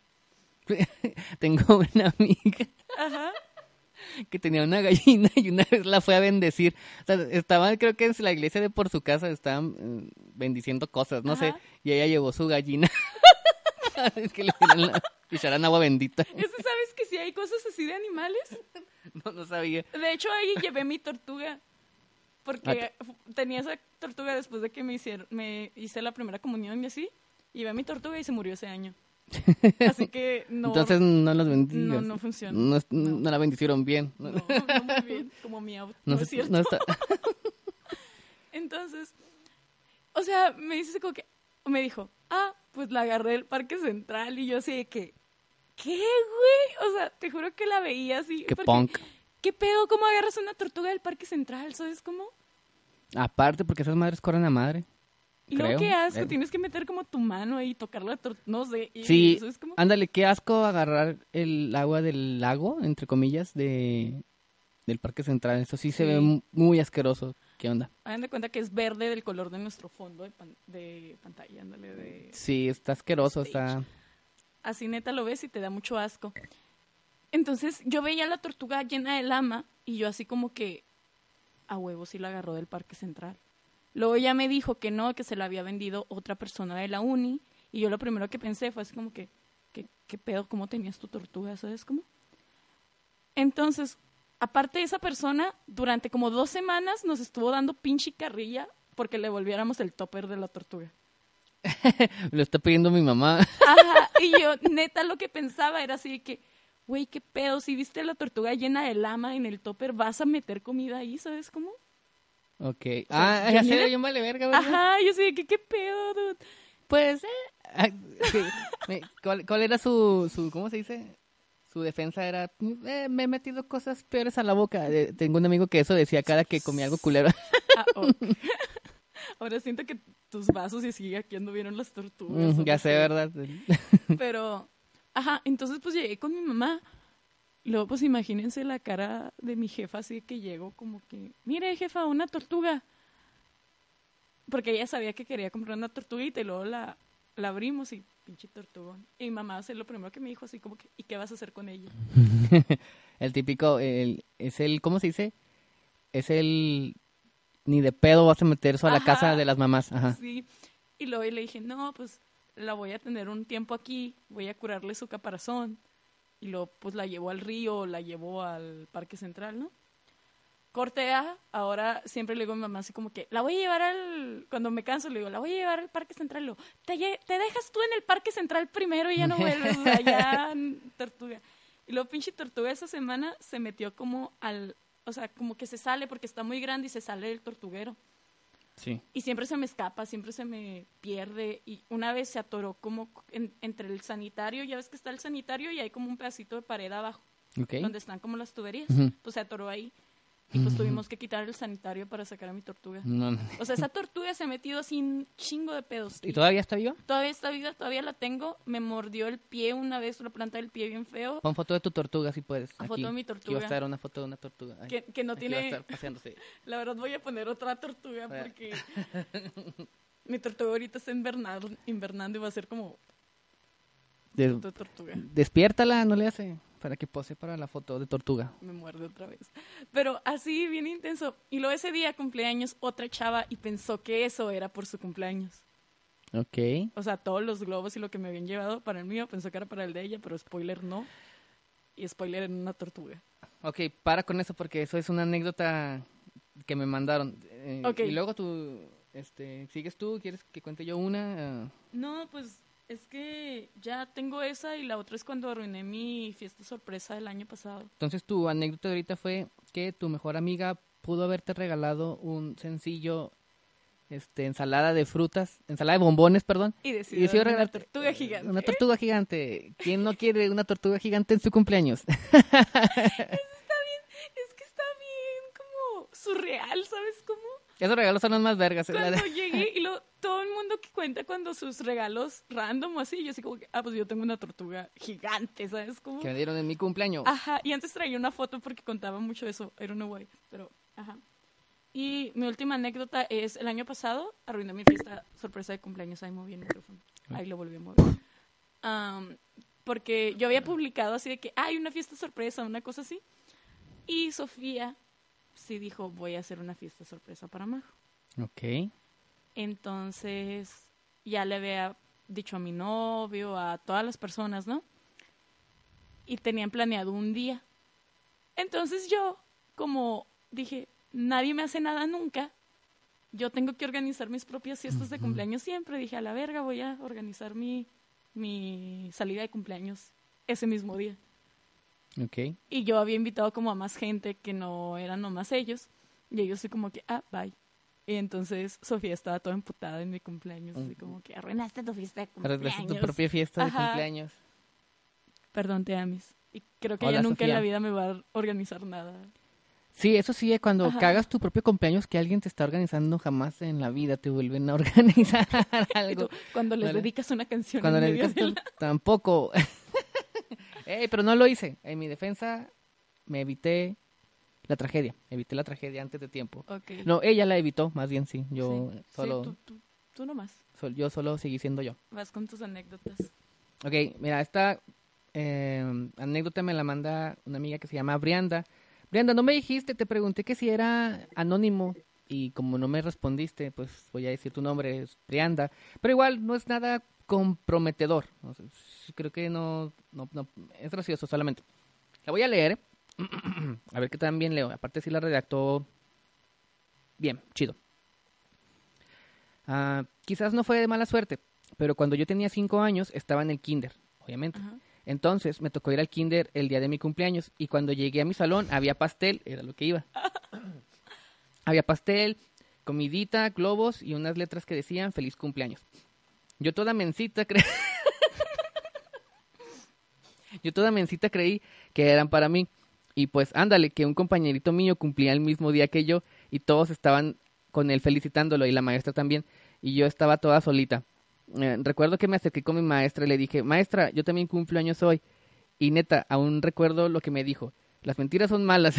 [SPEAKER 3] Tengo una amiga
[SPEAKER 4] Ajá.
[SPEAKER 3] que tenía una gallina y una vez la fue a bendecir. O sea, estaban, creo que en la iglesia de por su casa, estaban eh, bendiciendo cosas, no sé,
[SPEAKER 4] Ajá.
[SPEAKER 3] y ella llevó su gallina. Es que le dieran la- le echaran agua bendita.
[SPEAKER 4] ¿Eso sabes que si hay cosas así de animales?
[SPEAKER 3] No, no sabía.
[SPEAKER 4] De hecho, ahí llevé mi tortuga. Porque
[SPEAKER 3] Ah,
[SPEAKER 4] fu- tenía esa tortuga después de que me hicieron, me hice la primera comunión y así. Llevé mi tortuga y se murió ese año. Así que no.
[SPEAKER 3] Entonces no los bendigas.
[SPEAKER 4] No, no funciona.
[SPEAKER 3] No, es-
[SPEAKER 4] No.
[SPEAKER 3] no la bendicieron bien.
[SPEAKER 4] No, no muy bien, como mi auto. No,
[SPEAKER 3] No
[SPEAKER 4] es
[SPEAKER 3] se-
[SPEAKER 4] cierto.
[SPEAKER 3] no está-
[SPEAKER 4] Entonces, o sea, me dice como que, me dijo, ah, pues la agarré del Parque Central y yo así de que, ¿qué, güey? O sea, te juro que la veía así.
[SPEAKER 3] Qué
[SPEAKER 4] porque,
[SPEAKER 3] punk.
[SPEAKER 4] ¿qué pedo? ¿Cómo agarras una tortuga del Parque Central? ¿Sabes cómo?
[SPEAKER 3] Aparte, porque esas madres corren a madre.
[SPEAKER 4] Y luego,
[SPEAKER 3] Creo.
[SPEAKER 4] qué asco,
[SPEAKER 3] Eh.
[SPEAKER 4] tienes que meter como tu mano ahí y tocar la tortuga, no sé. Y,
[SPEAKER 3] Sí,
[SPEAKER 4] ¿sabes cómo?
[SPEAKER 3] ándale, qué asco agarrar el agua del lago, entre comillas, de del Parque Central. Eso sí, se
[SPEAKER 4] Sí.
[SPEAKER 3] ve mu- muy asqueroso. ¿Qué onda?
[SPEAKER 4] Hagan de cuenta que es verde del color de nuestro fondo de, pan- de pantalla, ándale, de...
[SPEAKER 3] Sí, está asqueroso,
[SPEAKER 4] Stage.
[SPEAKER 3] está...
[SPEAKER 4] Así neta lo ves y te da mucho asco. Entonces yo veía la tortuga llena de lama y yo así como que a huevo sí la agarró del Parque Central. Luego ella me dijo que no, que se la había vendido otra persona de la uni y yo lo primero que pensé fue así como que, ¿qué, qué pedo? ¿Cómo tenías tu tortuga? ¿Sabes cómo? Entonces, aparte de esa persona, durante como dos semanas nos estuvo dando pinche carrilla porque le volviéramos el topper de la tortuga.
[SPEAKER 3] Lo está pidiendo mi mamá.
[SPEAKER 4] Ajá, y yo neta lo que pensaba era así de que, güey, qué pedo, si viste la tortuga llena de lama en el topper, vas a meter comida ahí, ¿sabes cómo?
[SPEAKER 3] Ok.
[SPEAKER 4] sea,
[SPEAKER 3] Ah,
[SPEAKER 4] yo
[SPEAKER 3] ya
[SPEAKER 4] ni
[SPEAKER 3] sé,
[SPEAKER 4] de-
[SPEAKER 3] bien vale verga, ¿verdad?
[SPEAKER 4] Ajá, yo sé de que, qué pedo, dude.
[SPEAKER 3] Pues, eh. Ay, sí. Me- ¿Cuál, cuál era su, su, cómo se dice? Su defensa era, eh, me he metido cosas peores a la boca. Eh, tengo un amigo que eso decía cada que comía algo culero.
[SPEAKER 4] Ah, ok. Ahora siento que tus vasos y así aquí anduvieron las tortugas.
[SPEAKER 3] Mm,
[SPEAKER 4] o
[SPEAKER 3] ya
[SPEAKER 4] no
[SPEAKER 3] sé,
[SPEAKER 4] sé.
[SPEAKER 3] ¿verdad?
[SPEAKER 4] Pero, ajá, entonces pues llegué con mi mamá. Luego, pues imagínense la cara de mi jefa, así que llegó como que, mire, jefa, una tortuga. Porque ella sabía que quería comprar una tortuguita y luego la, la abrimos y pinche tortugón. Y mi mamá hace lo primero que me dijo, así como que, ¿y qué vas a hacer con ella?
[SPEAKER 3] El típico, el, es el, ¿cómo se dice? Es el, ni de pedo vas a meter eso a la
[SPEAKER 4] Ajá.
[SPEAKER 3] casa de las mamás. Ajá.
[SPEAKER 4] Sí. Y luego le dije, no, pues la voy a tener un tiempo aquí, voy a curarle su caparazón. Y luego pues la llevó al río, la llevó al Parque Central, ¿no? Corte A, ahora siempre le digo a mi mamá así como que, la voy a llevar al, cuando me canso le digo, la voy a llevar al Parque Central. Y luego, te, lle- te dejas tú en el Parque Central primero y ya no vuelves, o sea, ya, tortuga. Y luego pinche tortuga esa semana se metió como al, o sea, como que se sale porque está muy grande y se sale del tortuguero.
[SPEAKER 3] Sí.
[SPEAKER 4] Y siempre se me escapa, siempre se me pierde. Y una vez se atoró como en- entre el sanitario, ya ves que está el sanitario y hay como un pedacito de pared abajo,
[SPEAKER 3] Ok.
[SPEAKER 4] donde están como las tuberías.
[SPEAKER 3] Ujú.
[SPEAKER 4] Pues se atoró ahí. Y pues tuvimos que quitar el sanitario para sacar a mi tortuga.
[SPEAKER 3] No, no.
[SPEAKER 4] O sea, esa tortuga se ha metido así un chingo de pedos.
[SPEAKER 3] ¿Y todavía está viva?
[SPEAKER 4] Todavía está viva, todavía la tengo. Me mordió el pie una vez, la planta del pie bien feo.
[SPEAKER 3] Pon foto de tu tortuga si puedes.
[SPEAKER 4] A
[SPEAKER 3] Aquí.
[SPEAKER 4] foto de mi
[SPEAKER 3] Aquí va
[SPEAKER 4] tortuga.
[SPEAKER 3] a estar una foto de una tortuga. Ay,
[SPEAKER 4] Que, que no
[SPEAKER 3] aquí va a
[SPEAKER 4] tiene...
[SPEAKER 3] estar paseándose.
[SPEAKER 4] La verdad voy a poner otra tortuga
[SPEAKER 3] Eh.
[SPEAKER 4] porque mi tortuga ahorita está invernando, invernando y va a ser como
[SPEAKER 3] De-
[SPEAKER 4] otra tortuga.
[SPEAKER 3] despiértala, no le hace. Para que pose para la foto de tortuga.
[SPEAKER 4] Me muerde otra vez. Pero así, bien intenso. Y luego ese día cumpleaños otra chava y pensó que eso era por su cumpleaños.
[SPEAKER 3] Ok.
[SPEAKER 4] O sea, todos los globos y lo que me habían llevado para el mío, pensó que era para el de ella, pero spoiler no. Y spoiler en una tortuga.
[SPEAKER 3] Ok, para con eso porque eso es una anécdota que me mandaron. Eh,
[SPEAKER 4] Ok.
[SPEAKER 3] Y luego tú, este, ¿sigues tú? ¿Quieres que cuente yo una? Ah,
[SPEAKER 4] No, pues es que ya tengo esa y la otra es cuando arruiné mi fiesta sorpresa del año pasado.
[SPEAKER 3] entonces tu anécdota de ahorita fue que tu mejor amiga pudo haberte regalado un sencillo este, ensalada de frutas, ensalada de bombones, perdón.
[SPEAKER 4] Y
[SPEAKER 3] Y
[SPEAKER 4] decidió
[SPEAKER 3] decidió
[SPEAKER 4] darme una
[SPEAKER 3] regalarte
[SPEAKER 4] tortuga gigante.
[SPEAKER 3] Una tortuga gigante. ¿Quién no quiere una tortuga gigante en su cumpleaños?
[SPEAKER 4] Es que está bien como surreal, ¿sabes cómo?
[SPEAKER 3] Esos regalos son los más vergas. ¿eh?
[SPEAKER 4] Cuando llegué y lo, todo el mundo que cuenta cuando sus regalos random o así, yo así como que, ah, pues yo tengo una tortuga gigante, ¿sabes cómo?
[SPEAKER 3] Que me dieron en mi cumpleaños.
[SPEAKER 4] Ajá, y antes traía una foto porque contaba mucho eso, I don't know why, pero, ajá. Y mi última anécdota es, el año pasado arruiné mi fiesta sorpresa de cumpleaños, ahí moví el micrófono, ahí lo volví a mover. Um, porque yo había publicado así de que, hay una fiesta sorpresa, una cosa así, y Sofía sí dijo, voy a hacer una fiesta sorpresa para Majo.
[SPEAKER 3] Ok.
[SPEAKER 4] Entonces, ya le había dicho a mi novio, a todas las personas, ¿no? Y tenían planeado un día. Entonces yo, como dije, nadie me hace nada nunca, yo tengo que organizar mis propias fiestas de cumpleaños siempre. Dije, a la verga, voy a organizar mi, mi salida de cumpleaños ese mismo día.
[SPEAKER 3] Ok.
[SPEAKER 4] Y yo había invitado como a más gente que no eran nomás ellos. Y ellos así como que, ah, bye. Y entonces Sofía estaba toda emputada en mi cumpleaños. Así como que, arruinaste tu fiesta de cumpleaños.
[SPEAKER 3] Arreglaste tu propia fiesta de
[SPEAKER 4] Ajá.
[SPEAKER 3] cumpleaños.
[SPEAKER 4] Perdón, te amis. Y creo que
[SPEAKER 3] Hola,
[SPEAKER 4] ella nunca en
[SPEAKER 3] Sofía.
[SPEAKER 4] la vida me va a organizar nada.
[SPEAKER 3] Sí, eso sí, eh, cuando
[SPEAKER 4] Ajá.
[SPEAKER 3] cagas tu propio cumpleaños que alguien te está organizando, jamás en la vida te vuelven a organizar
[SPEAKER 4] Y
[SPEAKER 3] algo.
[SPEAKER 4] tú, cuando les
[SPEAKER 3] Vale.
[SPEAKER 4] dedicas una canción
[SPEAKER 3] Cuando
[SPEAKER 4] en
[SPEAKER 3] le
[SPEAKER 4] medio
[SPEAKER 3] dedicas
[SPEAKER 4] de
[SPEAKER 3] tú,
[SPEAKER 4] la-
[SPEAKER 3] tampoco. Ey, pero no lo hice. En mi defensa, me evité la tragedia. Evité la tragedia antes de tiempo.
[SPEAKER 4] Ok.
[SPEAKER 3] No, ella la evitó, más bien sí. Yo
[SPEAKER 4] Sí,
[SPEAKER 3] solo,
[SPEAKER 4] sí, tú, tú, tú nomás.
[SPEAKER 3] sol- yo solo seguí siendo yo.
[SPEAKER 4] Vas con tus anécdotas.
[SPEAKER 3] Ok, mira, esta eh, anécdota me la manda una amiga que se llama Brianda. Brianda, no me dijiste, te pregunté que si era anónimo y como no me respondiste, pues voy a decir tu nombre, es Brianda. Pero igual no es nada comprometedor. O sea, sí, creo que no, no, no, es gracioso solamente. La voy a leer, a ver qué tan bien leo. Aparte sí la redactó bien, chido. Ah, quizás no fue de mala suerte, pero cuando yo tenía cinco años estaba en el kinder, obviamente.
[SPEAKER 4] Ajá.
[SPEAKER 3] Entonces me tocó ir al kinder el día de mi cumpleaños y cuando llegué a mi salón había pastel, era lo que iba. Había pastel, comidita, globos y unas letras que decían feliz cumpleaños. Yo toda mencita creí... Yo toda mencita creí que eran para mí. Y pues ándale, que un compañerito mío cumplía el mismo día que yo y todos estaban con él felicitándolo y la maestra también. Y yo estaba toda solita. Eh, recuerdo que me acerqué con mi maestra y le dije, maestra, yo también cumplo años hoy. Y neta, aún recuerdo lo que me dijo. Las mentiras son malas.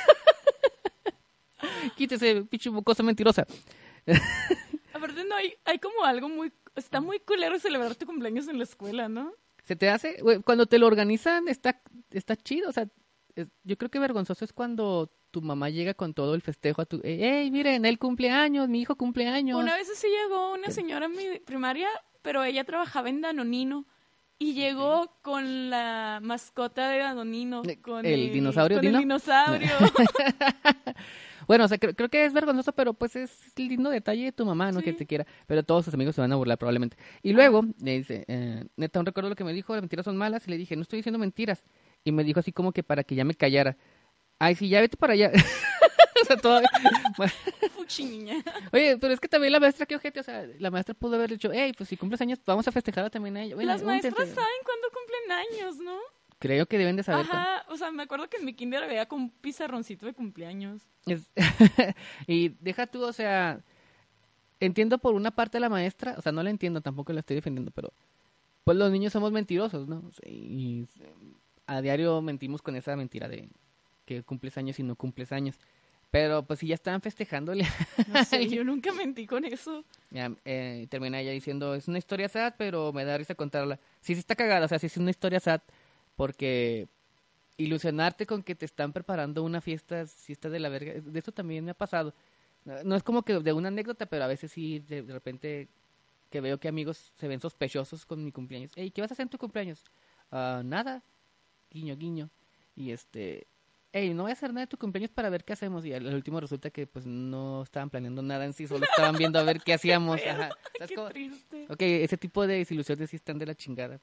[SPEAKER 3] Quítese, pinche mocosa mentirosa.
[SPEAKER 4] Aparte no hay, hay como algo muy, está muy culero celebrar tu cumpleaños en la escuela, ¿no?
[SPEAKER 3] ¿Se te hace? Güey, cuando te lo organizan está, está chido. O sea, es- yo creo que vergonzoso es cuando tu mamá llega con todo el festejo a tu... ¡Ey, miren, el cumpleaños! Mi hijo cumpleaños.
[SPEAKER 4] Una vez así llegó una señora en mi primaria, pero ella trabajaba en Danonino y llegó con la mascota de Danonino,
[SPEAKER 3] Eh,
[SPEAKER 4] con
[SPEAKER 3] ¿el dinosaurio,
[SPEAKER 4] con el
[SPEAKER 3] Dino?
[SPEAKER 4] dinosaurio.
[SPEAKER 3] Bueno, o sea, creo, creo que es vergonzoso, pero pues es el lindo detalle de tu mamá, ¿no?
[SPEAKER 4] Sí.
[SPEAKER 3] Que te quiera. Pero todos sus amigos se van a burlar probablemente. Y luego le dice, eh, neta, aún recuerdo lo que me dijo, las mentiras son malas. Y le dije, no estoy diciendo mentiras. Y me dijo así como que para que ya me callara. Ay, sí, ya vete para allá. O sea, todavía...
[SPEAKER 4] Fuchi niña.
[SPEAKER 3] Oye, pero es que también la maestra, qué ojete, o sea, la maestra pudo haber dicho, hey, pues si cumples años, vamos a festejar también a ella. Bueno,
[SPEAKER 4] Las maestras
[SPEAKER 3] úntense.
[SPEAKER 4] saben cuándo cumplen años, ¿no?
[SPEAKER 3] Creo que deben de saber.
[SPEAKER 4] Ajá, o sea, me acuerdo que en mi kinder había con un pizarroncito de cumpleaños.
[SPEAKER 3] Es- y deja tú, o sea, entiendo por una parte a la maestra, o sea, no la entiendo, tampoco la estoy defendiendo, pero pues los niños somos mentirosos, ¿no? O sea, y eh, a diario mentimos con esa mentira de que cumples años y no cumples años. Pero pues si ya estaban festejándole,
[SPEAKER 4] No sé, yo nunca mentí con eso.
[SPEAKER 3] ya, eh, termina ella diciendo, es una historia sad, pero me da risa contarla. Sí, sí está cagada, o sea, sí es una historia sad, porque ilusionarte con que te están preparando una fiesta, sí está de la verga. De eso también me ha pasado. No, no es como que de una anécdota, pero a veces sí, de, de repente, que veo que amigos se ven sospechosos con mi cumpleaños. Ey, ¿qué vas a hacer en tu cumpleaños? "Ah, nada, guiño, guiño. Y este, hey, no voy a hacer nada de tu cumpleaños para ver qué hacemos. Y al, al último resulta que pues no estaban planeando nada en sí, solo estaban viendo a ver qué hacíamos. Ajá. ¿Sabes
[SPEAKER 4] Qué
[SPEAKER 3] cómo?
[SPEAKER 4] triste.
[SPEAKER 3] Ok, ese tipo de desilusiones sí están de la chingada.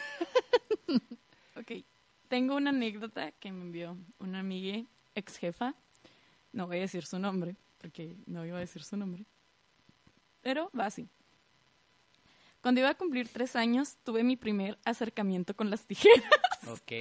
[SPEAKER 4] Ok, tengo una anécdota que me envió una amiga ex jefa. No voy a decir su nombre, porque no iba a decir su nombre. pero va así. Cuando iba a cumplir tres años, tuve mi primer acercamiento con las tijeras.
[SPEAKER 3] Ok.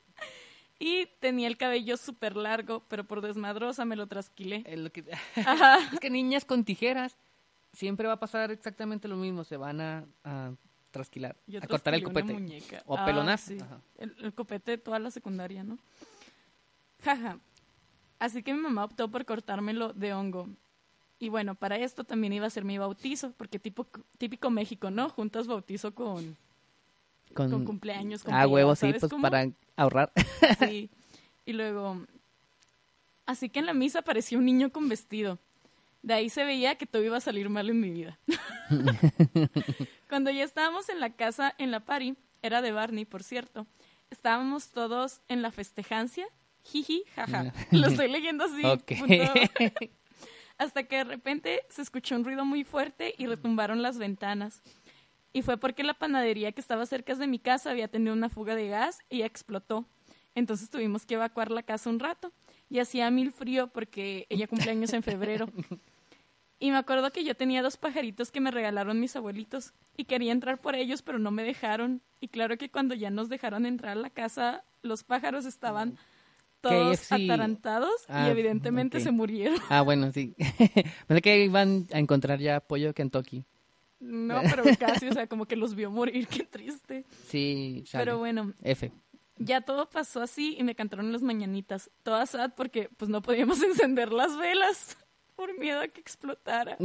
[SPEAKER 4] Y tenía el cabello súper largo, pero por desmadrosa me lo trasquilé.
[SPEAKER 3] Es, lo que...
[SPEAKER 4] Ajá.
[SPEAKER 3] es que niñas con tijeras siempre va a pasar exactamente lo mismo. Se van a, a trasquilar,
[SPEAKER 4] Yo
[SPEAKER 3] a cortar el
[SPEAKER 4] trasquilé
[SPEAKER 3] copete.
[SPEAKER 4] una muñeca.
[SPEAKER 3] O a
[SPEAKER 4] Ah,
[SPEAKER 3] pelonar.
[SPEAKER 4] sí.
[SPEAKER 3] Ajá.
[SPEAKER 4] El, el copete de toda la secundaria, ¿no? Jaja. Así que mi mamá optó por cortármelo de hongo. Y bueno, para esto también iba a ser mi bautizo, porque tipo, típico México, ¿no? Juntas bautizo con,
[SPEAKER 3] Con,
[SPEAKER 4] con cumpleaños. Con
[SPEAKER 3] ah,
[SPEAKER 4] peda,
[SPEAKER 3] huevos, sí,
[SPEAKER 4] ¿sabes
[SPEAKER 3] pues
[SPEAKER 4] cómo?
[SPEAKER 3] para ahorrar.
[SPEAKER 4] Sí. Y luego, así que en la misa apareció un niño con vestido. De ahí se veía que todo iba a salir mal en mi vida. Cuando ya estábamos en la casa, en la party, era de Barney, por cierto, estábamos todos en la festejancia, jiji, jaja. Lo estoy leyendo así.
[SPEAKER 3] Ok.
[SPEAKER 4] punto. Hasta que de repente se escuchó un ruido muy fuerte y retumbaron las ventanas. Y fue porque la panadería que estaba cerca de mi casa había tenido una fuga de gas y explotó. Entonces tuvimos que evacuar la casa un rato. Y hacía mil frío porque ella cumpleaños en febrero. Y me acuerdo que yo tenía dos pajaritos que me regalaron mis abuelitos. Y quería entrar por ellos, pero no me dejaron. Y claro que cuando ya nos dejaron entrar a la casa, los pájaros estaban todos
[SPEAKER 3] K F C.
[SPEAKER 4] atarantados
[SPEAKER 3] Ah,
[SPEAKER 4] y evidentemente
[SPEAKER 3] ok.
[SPEAKER 4] se murieron.
[SPEAKER 3] Ah, bueno, sí. Pensé que iban a encontrar ya pollo Kentucky.
[SPEAKER 4] No, pero casi, o sea, como que los vio morir, qué triste.
[SPEAKER 3] Sí, chale.
[SPEAKER 4] Pero bueno,
[SPEAKER 3] F.
[SPEAKER 4] ya todo pasó así y me cantaron las mañanitas. Toda sad porque pues no podíamos encender las velas por miedo a que explotara.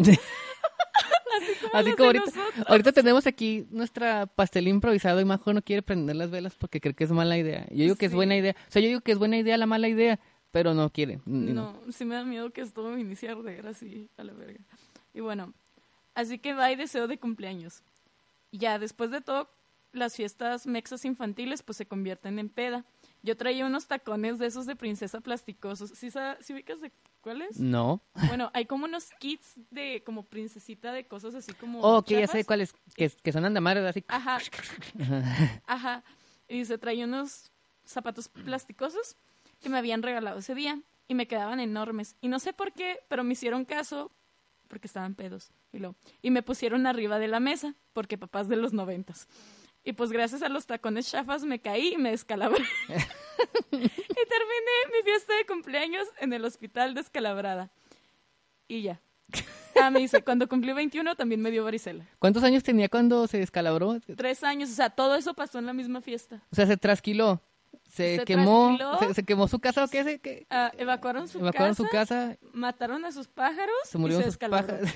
[SPEAKER 4] Así como,
[SPEAKER 3] Así
[SPEAKER 4] las
[SPEAKER 3] como
[SPEAKER 4] de
[SPEAKER 3] ahorita,
[SPEAKER 4] nosotros.
[SPEAKER 3] ahorita tenemos aquí nuestra pastel improvisado y Majo no quiere prender las velas porque cree que es mala idea. Yo digo que es
[SPEAKER 4] Sí.
[SPEAKER 3] buena idea. O sea, yo digo que es buena idea la mala idea, pero no quiere. N-
[SPEAKER 4] No, sí me da miedo que esto me inicie a arder así a la verga. Y bueno, así que va y deseo de cumpleaños. Ya, después de todo, las fiestas mexas infantiles pues se convierten en peda. Yo traía unos tacones de esos de princesa plasticosos. ¿Sí, sa- ¿sí ubicas de cuáles?
[SPEAKER 3] No.
[SPEAKER 4] Bueno, hay como unos kits de como princesita de cosas así como
[SPEAKER 3] Oh, que ya
[SPEAKER 4] chafas.
[SPEAKER 3] sé cuáles, que, que son andamares así.
[SPEAKER 4] Ajá. Ajá. Y se traía unos zapatos plasticosos que me habían regalado ese día y me quedaban enormes. Y no sé por qué, pero me hicieron caso porque estaban pedos. Y, lo, y me pusieron arriba de la mesa porque papás de los noventas. Y pues gracias a los tacones chafas me caí y me descalabré. Y terminé mi fiesta de cumpleaños en el hospital descalabrada. Y ya. Ah, me dice, cuando cumplí veintiuno también me dio varicela.
[SPEAKER 3] ¿Cuántos años tenía cuando se descalabró?
[SPEAKER 4] Tres años, o sea, todo eso pasó en la misma fiesta.
[SPEAKER 3] O sea, se trasquiló. Se,
[SPEAKER 4] Se
[SPEAKER 3] quemó.
[SPEAKER 4] trasquiló.
[SPEAKER 3] Se, se quemó su casa o qué? ¿Se, qué?
[SPEAKER 4] Ah, evacuaron su
[SPEAKER 3] Evacuaron
[SPEAKER 4] casa,
[SPEAKER 3] su casa,
[SPEAKER 4] mataron a sus pájaros
[SPEAKER 3] se
[SPEAKER 4] y
[SPEAKER 3] murieron
[SPEAKER 4] se
[SPEAKER 3] sus
[SPEAKER 4] descalabró.
[SPEAKER 3] pájaros.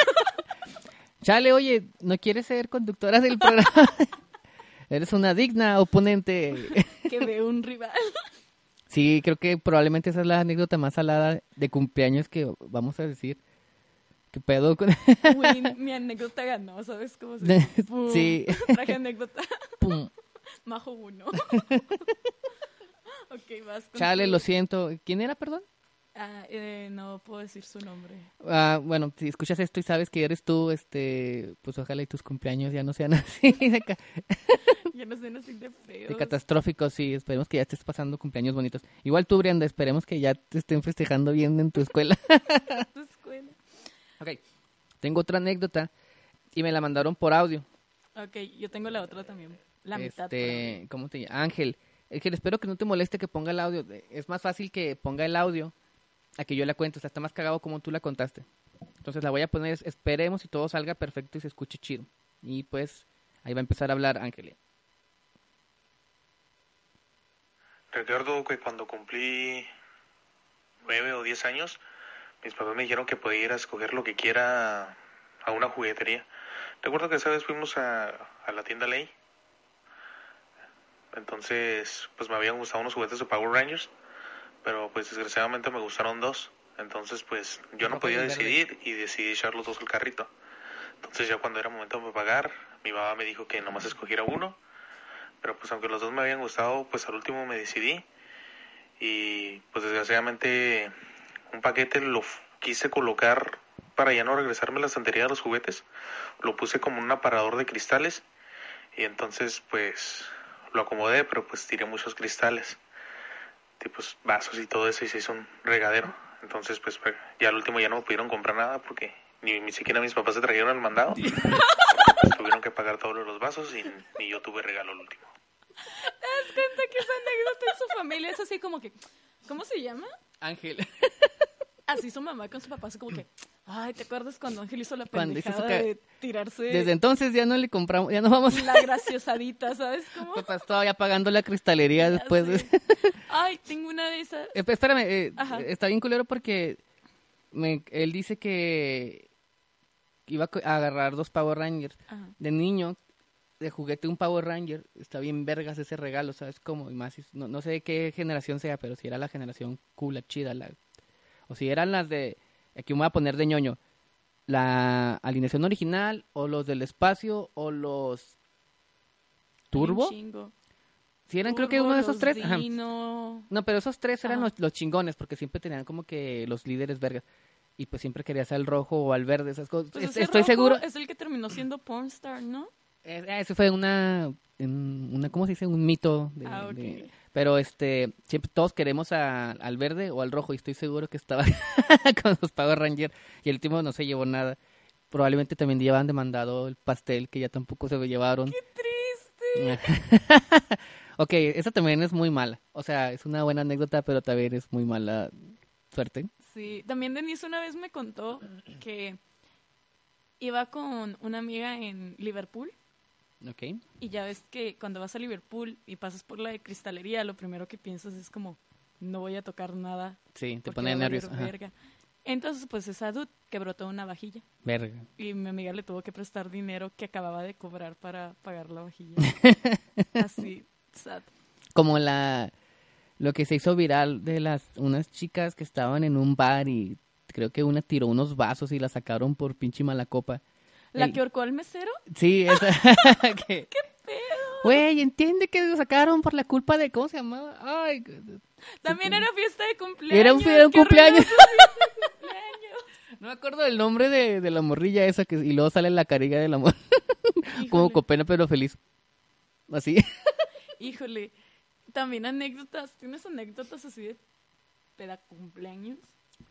[SPEAKER 3] Chale, oye, ¿no quieres ser conductora del programa? Eres una digna oponente.
[SPEAKER 4] Que ve un rival.
[SPEAKER 3] Sí, creo que probablemente esa es la anécdota más salada de cumpleaños que vamos a decir. ¿Qué pedo con...?
[SPEAKER 4] Uy, mi anécdota ganó, ¿sabes cómo se dice? Pum.
[SPEAKER 3] Sí.
[SPEAKER 4] Traje anécdota.
[SPEAKER 3] Pum.
[SPEAKER 4] Majo uno. Ok, vas con
[SPEAKER 3] Chale,
[SPEAKER 4] tu-
[SPEAKER 3] lo siento. ¿Quién era, perdón?
[SPEAKER 4] Ah, eh, no puedo decir su nombre.
[SPEAKER 3] Ah, bueno, si escuchas esto y sabes que eres tú, este, pues ojalá y tus cumpleaños ya no sean así de, ca-
[SPEAKER 4] Ya no sé, no soy de feos.
[SPEAKER 3] de catastróficos, sí, esperemos que ya estés pasando cumpleaños bonitos. Igual tú, Brianda, esperemos que ya te estén festejando bien en tu escuela.
[SPEAKER 4] Tu escuela.
[SPEAKER 3] Ok, tengo otra anécdota y me la mandaron por audio.
[SPEAKER 4] Ok, yo tengo la otra también. La mitad. por
[SPEAKER 3] Este,
[SPEAKER 4] ahí.
[SPEAKER 3] ¿cómo te llamas? Ángel. Ángel, espero que no te moleste que ponga el audio. Es más fácil que ponga el audio a que yo la cuente. O sea, está más cagado como tú la contaste. Entonces la voy a poner, esperemos y todo salga perfecto y se escuche chido. Y pues ahí va a empezar a hablar Ángel.
[SPEAKER 5] Recuerdo que cuando cumplí nueve o diez años, mis papás me dijeron que podía ir a escoger lo que quiera a una juguetería. Recuerdo que esa vez fuimos a, a la tienda Ley. Entonces, pues me habían gustado unos juguetes de Power Rangers, pero pues desgraciadamente me gustaron dos. Entonces, pues yo no
[SPEAKER 3] No
[SPEAKER 5] podía
[SPEAKER 3] podías verle.
[SPEAKER 5] decidir y decidí echar los dos al carrito. Entonces ya cuando era momento de pagar, mi mamá me dijo que nomás escogiera uno. Pero pues aunque los dos me habían gustado, pues al último me decidí. Y pues desgraciadamente un paquete lo f- quise colocar para ya no regresarme a la estantería de los juguetes. Lo puse como un aparador de cristales. Y entonces pues lo acomodé, pero pues tiré muchos cristales. Tipos vasos y todo eso y se hizo un regadero. Entonces pues fue- ya al último ya no me pudieron comprar nada porque ni, ni siquiera mis papás se trajeron el mandado. Pues tuvieron que pagar todos los vasos y ni yo tuve regalo el último.
[SPEAKER 4] ¿Te das cuenta que esa anécdota en su familia es así como que, ¿cómo se llama?
[SPEAKER 3] Ángel.
[SPEAKER 4] Así su mamá con su papá, así como que, ay, ¿te acuerdas cuando Ángel hizo la
[SPEAKER 3] Cuando hizo
[SPEAKER 4] pendejada
[SPEAKER 3] su ca-
[SPEAKER 4] de tirarse
[SPEAKER 3] Desde entonces ya no le compramos, ya no vamos
[SPEAKER 4] la graciosadita, ¿sabes cómo?
[SPEAKER 3] Papá estaba ya pagando la cristalería
[SPEAKER 4] Ya
[SPEAKER 3] después de...
[SPEAKER 4] sé. Ay, tengo una de esas.
[SPEAKER 3] Esp- Espérame, eh,
[SPEAKER 4] Ajá.
[SPEAKER 3] está bien culero porque me, él dice que iba a co- a agarrar dos Power Rangers.
[SPEAKER 4] Ajá.
[SPEAKER 3] De niño, de juguete un Power Ranger, está bien vergas ese regalo, ¿sabes cómo? Y más, si- no, no sé de qué generación sea, pero si era la generación cool, la chida, la, o si eran las de, aquí me voy a poner de ñoño, la alineación original, o los del espacio, o los turbo.
[SPEAKER 4] Un chingo.
[SPEAKER 3] Si eran creo que
[SPEAKER 4] Turbo,
[SPEAKER 3] uno de esos
[SPEAKER 4] los
[SPEAKER 3] tres. Ajá.
[SPEAKER 4] Dino.
[SPEAKER 3] No, pero esos tres eran
[SPEAKER 4] Ajá.
[SPEAKER 3] los, los chingones, porque siempre tenían como que los líderes vergas. Y pues siempre querías al rojo o al verde, esas cosas.
[SPEAKER 4] Pues
[SPEAKER 3] Es-
[SPEAKER 4] ese
[SPEAKER 3] Estoy
[SPEAKER 4] rojo
[SPEAKER 3] seguro.
[SPEAKER 4] Es el que terminó siendo pornstar, ¿no?
[SPEAKER 3] Eh, ah, Eso fue una, en- una, ¿cómo se dice? Un mito. De,
[SPEAKER 4] Ah, ok.
[SPEAKER 3] de- pero este, siempre todos queremos a- al verde o al rojo y estoy seguro que estaba con los Power Rangers y el último no se llevó nada. Probablemente también llevaban demandado el pastel que ya tampoco se lo llevaron.
[SPEAKER 4] ¡Qué triste!
[SPEAKER 3] Ok, esa también es muy mala. O sea, es una buena anécdota, pero también es muy mala suerte.
[SPEAKER 4] Sí, también Denise una vez me contó que iba con una amiga en Liverpool.
[SPEAKER 3] Ok.
[SPEAKER 4] Y ya ves que cuando vas a Liverpool y pasas por la de cristalería, lo primero que piensas es como, no voy a tocar nada.
[SPEAKER 3] Sí, te
[SPEAKER 4] porque
[SPEAKER 3] pone
[SPEAKER 4] va a valer
[SPEAKER 3] nervioso. Ajá.
[SPEAKER 4] verga. Entonces, pues esa dude quebró toda una vajilla.
[SPEAKER 3] Verga.
[SPEAKER 4] Y mi amiga le tuvo que prestar dinero que acababa de cobrar para pagar la vajilla. Así, sad.
[SPEAKER 3] Como la lo que se hizo viral de las unas chicas que estaban en un bar y creo que una tiró unos vasos y la sacaron por pinche mala copa.
[SPEAKER 4] ¿La
[SPEAKER 3] El-
[SPEAKER 4] que ahorcó al mesero?
[SPEAKER 3] Sí, esa. que-
[SPEAKER 4] ¡Qué pedo!
[SPEAKER 3] Güey, entiende que lo sacaron por la culpa de ¿cómo se llamaba? Ay,
[SPEAKER 4] También era fiesta de cumpleaños.
[SPEAKER 3] Era un, era un
[SPEAKER 4] ¡Qué
[SPEAKER 3] cumpleaños.
[SPEAKER 4] horroroso fiesta de cumpleaños!
[SPEAKER 3] No me acuerdo del nombre de, de la morrilla esa que y luego sale la carilla del amor como
[SPEAKER 4] Híjole.
[SPEAKER 3] con pena pero feliz. Así.
[SPEAKER 4] Híjole. También anécdotas. ¿Tienes anécdotas así de peda cumpleaños?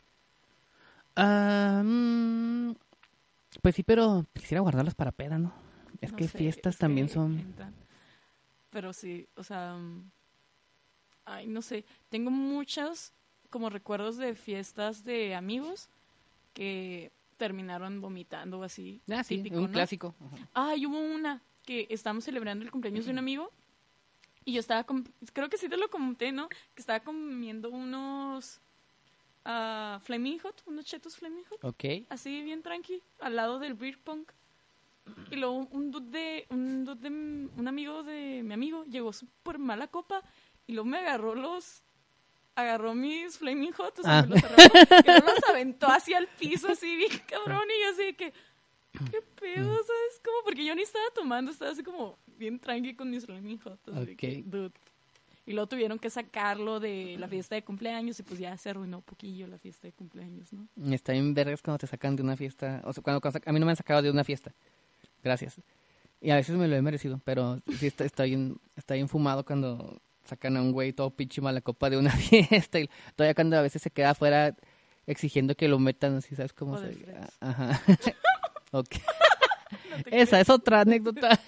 [SPEAKER 3] Ah, mm, pues sí, pero quisiera guardarlas para peda, ¿no? Es
[SPEAKER 4] No
[SPEAKER 3] que
[SPEAKER 4] sé,
[SPEAKER 3] fiestas
[SPEAKER 4] es
[SPEAKER 3] también
[SPEAKER 4] que
[SPEAKER 3] son...
[SPEAKER 4] entran. Pero sí, o sea... mm, Ay, no sé. Tengo muchos como recuerdos de fiestas de amigos que terminaron vomitando o así.
[SPEAKER 3] Ah, sí,
[SPEAKER 4] típico,
[SPEAKER 3] un
[SPEAKER 4] ¿no?
[SPEAKER 3] clásico. Ajá.
[SPEAKER 4] Ay, hubo una que estábamos celebrando el cumpleaños de un amigo y yo estaba, com- creo que sí te lo comenté, ¿no? Que estaba comiendo unos ah, Flaming Hot, unos chetos Flaming Hot,
[SPEAKER 3] Ok.
[SPEAKER 4] así bien tranqui, al lado del beer punk. Y luego un dude de, un dude de, m- un amigo de mi amigo llegó súper mala copa y luego me agarró los, agarró mis Flaming Hot, o sea,
[SPEAKER 3] Ah.
[SPEAKER 4] me los arregló, y luego los aventó hacia el piso así bien cabrón y yo así de que, ¿qué pedo? ¿Sabes? Como porque yo ni estaba tomando, estaba así como bien tranqui con mis Flaming Hot. Así de que,
[SPEAKER 3] Ok.
[SPEAKER 4] dude. Y luego tuvieron que sacarlo de la fiesta de cumpleaños y pues ya se arruinó un poquillo la fiesta de cumpleaños, ¿no?
[SPEAKER 3] Está bien vergas cuando te sacan de una fiesta. O sea, cuando, cuando sac- a mí no me han sacado de una fiesta. Gracias. Y a veces me lo he merecido, pero sí está, está, bien, está bien fumado cuando sacan a un güey todo pinche mala copa de una fiesta. Y todavía cuando a veces se queda afuera exigiendo que lo metan, así sabes cómo
[SPEAKER 4] O
[SPEAKER 3] se...
[SPEAKER 4] de Freds.
[SPEAKER 3] Ajá. Ok.
[SPEAKER 4] No te
[SPEAKER 3] Esa es otra anécdota.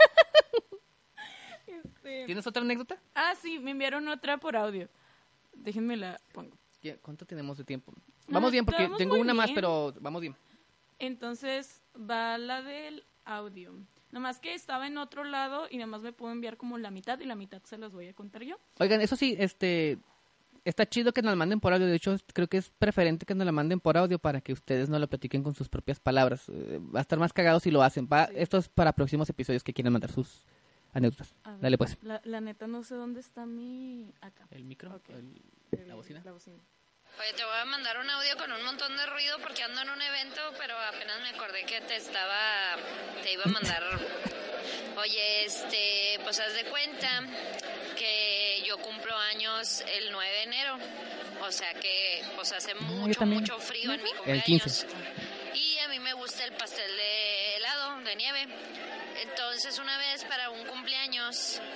[SPEAKER 4] Este,
[SPEAKER 3] ¿Tienes otra anécdota?
[SPEAKER 4] Ah, sí, me enviaron otra por audio. Déjenme la pongo.
[SPEAKER 3] ¿Qué- ¿Cuánto tenemos de tiempo?
[SPEAKER 4] No,
[SPEAKER 3] Vamos bien, porque
[SPEAKER 4] estamos
[SPEAKER 3] tengo
[SPEAKER 4] muy
[SPEAKER 3] una más,
[SPEAKER 4] bien.
[SPEAKER 3] pero vamos bien.
[SPEAKER 4] Entonces va la del audio. Nomás que estaba en otro lado y nomás me puedo enviar como la mitad y la mitad se las voy a contar yo.
[SPEAKER 3] Oigan, eso sí, este... Está chido que nos la manden por audio. De hecho, creo que es preferente que nos la manden por audio para que ustedes no lo platiquen con sus propias palabras. Eh, va a estar más cagado si lo hacen. Va,
[SPEAKER 4] Sí.
[SPEAKER 3] Esto es para próximos episodios que quieran mandar sus anécdotas.
[SPEAKER 4] A ver,
[SPEAKER 3] Dale, pues.
[SPEAKER 4] La, la neta no sé dónde está mi... Acá.
[SPEAKER 3] ¿El micro?
[SPEAKER 4] Ok.
[SPEAKER 3] el- ¿La bocina?
[SPEAKER 4] La bocina.
[SPEAKER 6] Oye, te voy a mandar un audio con un montón de ruido porque ando en un evento, pero apenas me acordé que te estaba, te iba a mandar. Oye, este, pues haz de cuenta que yo cumplo años el nueve de enero, o sea que pues hace mucho,
[SPEAKER 3] también.
[SPEAKER 6] mucho frío en mi
[SPEAKER 3] El
[SPEAKER 6] cumpleaños.
[SPEAKER 3] quince.
[SPEAKER 6] Y a mí me gusta el pastel de helado, de nieve. Entonces una vez para un cumpleaños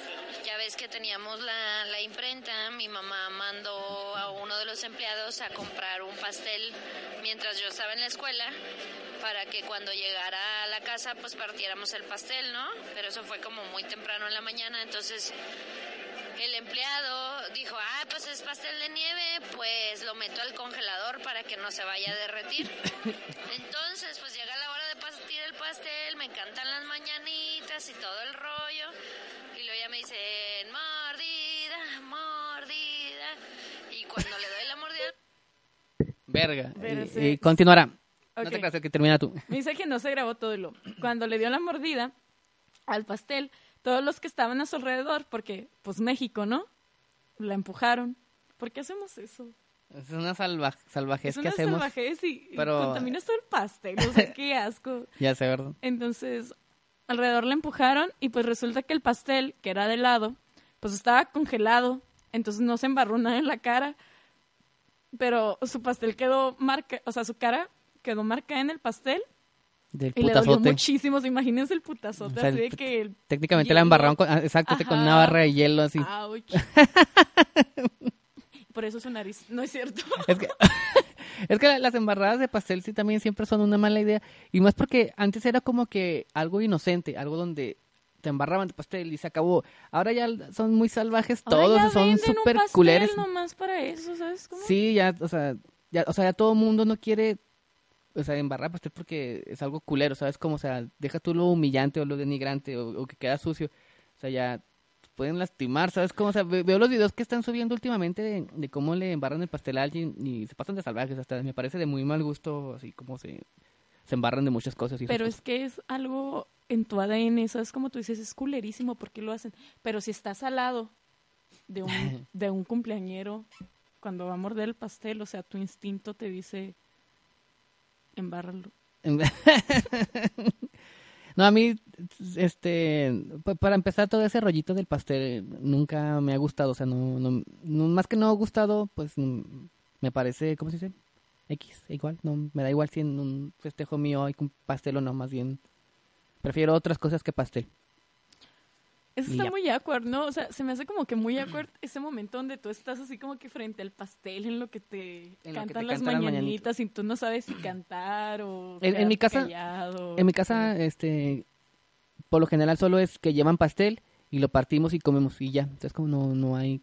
[SPEAKER 6] ya ves que teníamos la, la imprenta, mi mamá mandó a uno de los empleados a comprar un pastel mientras yo estaba en la escuela para que cuando llegara a la casa pues partiéramos el pastel, ¿no? Pero eso fue como muy temprano en la mañana, entonces el empleado dijo, ah, pues es pastel de nieve, pues lo meto al congelador para que no se vaya a derretir. Entonces pues llega la hora de partir el pastel, me cantan las mañanitas y todo el rollo. Y luego ya me dicen, mordida, mordida. Y cuando le doy la mordida...
[SPEAKER 3] Verga.
[SPEAKER 4] Pero
[SPEAKER 3] Y,
[SPEAKER 4] sí.
[SPEAKER 3] y continuará. No
[SPEAKER 4] Ok.
[SPEAKER 3] te creas que termina tú.
[SPEAKER 4] Me dice que no se grabó todo lo. Cuando le dio la mordida al pastel, todos los que estaban a su alrededor, porque, pues México, ¿no? La empujaron. ¿Por qué hacemos eso?
[SPEAKER 3] Es una salva salvajez
[SPEAKER 4] Es
[SPEAKER 3] que
[SPEAKER 4] una
[SPEAKER 3] hacemos.
[SPEAKER 4] salvajez y, y
[SPEAKER 3] pero-
[SPEAKER 4] contaminas todo el pastel. O sea, qué asco.
[SPEAKER 3] Ya sé, ¿verdad?
[SPEAKER 4] Entonces, alrededor la empujaron y pues resulta que el pastel, que era de helado, pues estaba congelado. Entonces no se embarró nada en la cara. Pero su pastel quedó marca, o sea, su cara quedó marcada en el pastel
[SPEAKER 3] Del
[SPEAKER 4] y le dolió
[SPEAKER 3] putazote.
[SPEAKER 4] muchísimo. O sea, imagínense el putazote,
[SPEAKER 3] O sea,
[SPEAKER 4] así de
[SPEAKER 3] el-
[SPEAKER 4] que el
[SPEAKER 3] Técnicamente la
[SPEAKER 4] hielo.
[SPEAKER 3] embarraron con, ah, exacto, con una
[SPEAKER 4] Ajá.
[SPEAKER 3] barra de hielo así.
[SPEAKER 4] Ouch. Por eso su nariz. No es cierto.
[SPEAKER 3] Es que, es que la- las embarradas de pastel sí también siempre son una mala idea. Y más porque antes era como que algo inocente, algo donde te embarraban de pastel y se acabó. Ahora ya son muy salvajes
[SPEAKER 4] Ahora
[SPEAKER 3] todos,
[SPEAKER 4] ya
[SPEAKER 3] son
[SPEAKER 4] venden un
[SPEAKER 3] súper
[SPEAKER 4] pastel
[SPEAKER 3] culeros.
[SPEAKER 4] nomás para eso, ¿sabes cómo?
[SPEAKER 3] Sí, ya, o sea, ya, o sea, ya todo el mundo no quiere, o sea, embarrar pastel porque es algo culero, ¿sabes? Como, o sea, deja tú lo humillante o lo denigrante o, o que queda sucio. O sea, ya pueden lastimar, ¿sabes cómo? O sea, ve- veo los videos que están subiendo últimamente de, de cómo le embarran el pastel a alguien y se pasan de salvajes, hasta me parece de muy mal gusto, así como se, se embarran de muchas cosas. Y esas
[SPEAKER 4] Pero
[SPEAKER 3] cosas.
[SPEAKER 4] es que es algo en tu A D N, ¿sabes? Como tú dices, es culerísimo, ¿por qué lo hacen? Pero si estás al lado de un, de un cumpleañero, cuando va a morder el pastel, o sea, tu instinto te dice, embárralo.
[SPEAKER 3] No, a mí, este, pa- para empezar todo ese rollito del pastel nunca me ha gustado, o sea, no, no, no- más que no ha gustado, pues mm, me parece, ¿cómo se dice? X, igual, no, me da igual si en un festejo mío hay un pastel o no, más bien, prefiero otras cosas que pastel.
[SPEAKER 4] Eso
[SPEAKER 3] Y
[SPEAKER 4] está
[SPEAKER 3] ya.
[SPEAKER 4] muy awkward, ¿no? O sea, se me hace como que muy awkward ese momento donde tú estás así como que frente al pastel en lo que te
[SPEAKER 3] En lo que
[SPEAKER 4] cantan
[SPEAKER 3] te
[SPEAKER 4] las
[SPEAKER 3] cantan las
[SPEAKER 4] mañanitas y tú no sabes si cantar o
[SPEAKER 3] En- en mi
[SPEAKER 4] quedarte
[SPEAKER 3] casa-
[SPEAKER 4] callado.
[SPEAKER 3] En mi casa, este, por lo general solo es que llevan pastel y lo partimos y comemos y ya, entonces como no, no hay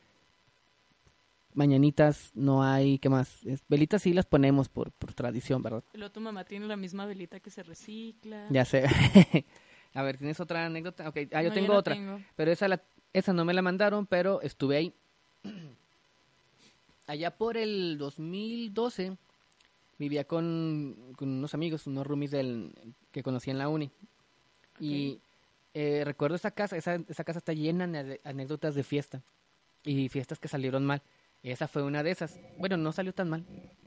[SPEAKER 3] mañanitas, no hay, ¿qué más? Es- velitas sí las ponemos por, por tradición, ¿verdad?
[SPEAKER 4] Y luego tu mamá tiene la misma velita que se recicla.
[SPEAKER 3] Ya sé. A ver, ¿tienes otra anécdota? Ok, ah, yo
[SPEAKER 4] No,
[SPEAKER 3] tengo
[SPEAKER 4] no
[SPEAKER 3] otra.
[SPEAKER 4] tengo.
[SPEAKER 3] Pero esa, la, esa no me la mandaron, pero estuve ahí. Allá por el dos mil doce vivía con, con unos amigos, unos roomies del, que conocí en la uni. Y eh, recuerdo esa casa, esa, esa casa está llena de anécdotas de fiesta y fiestas que salieron mal. Esa fue una de esas. Bueno, no salió tan mal.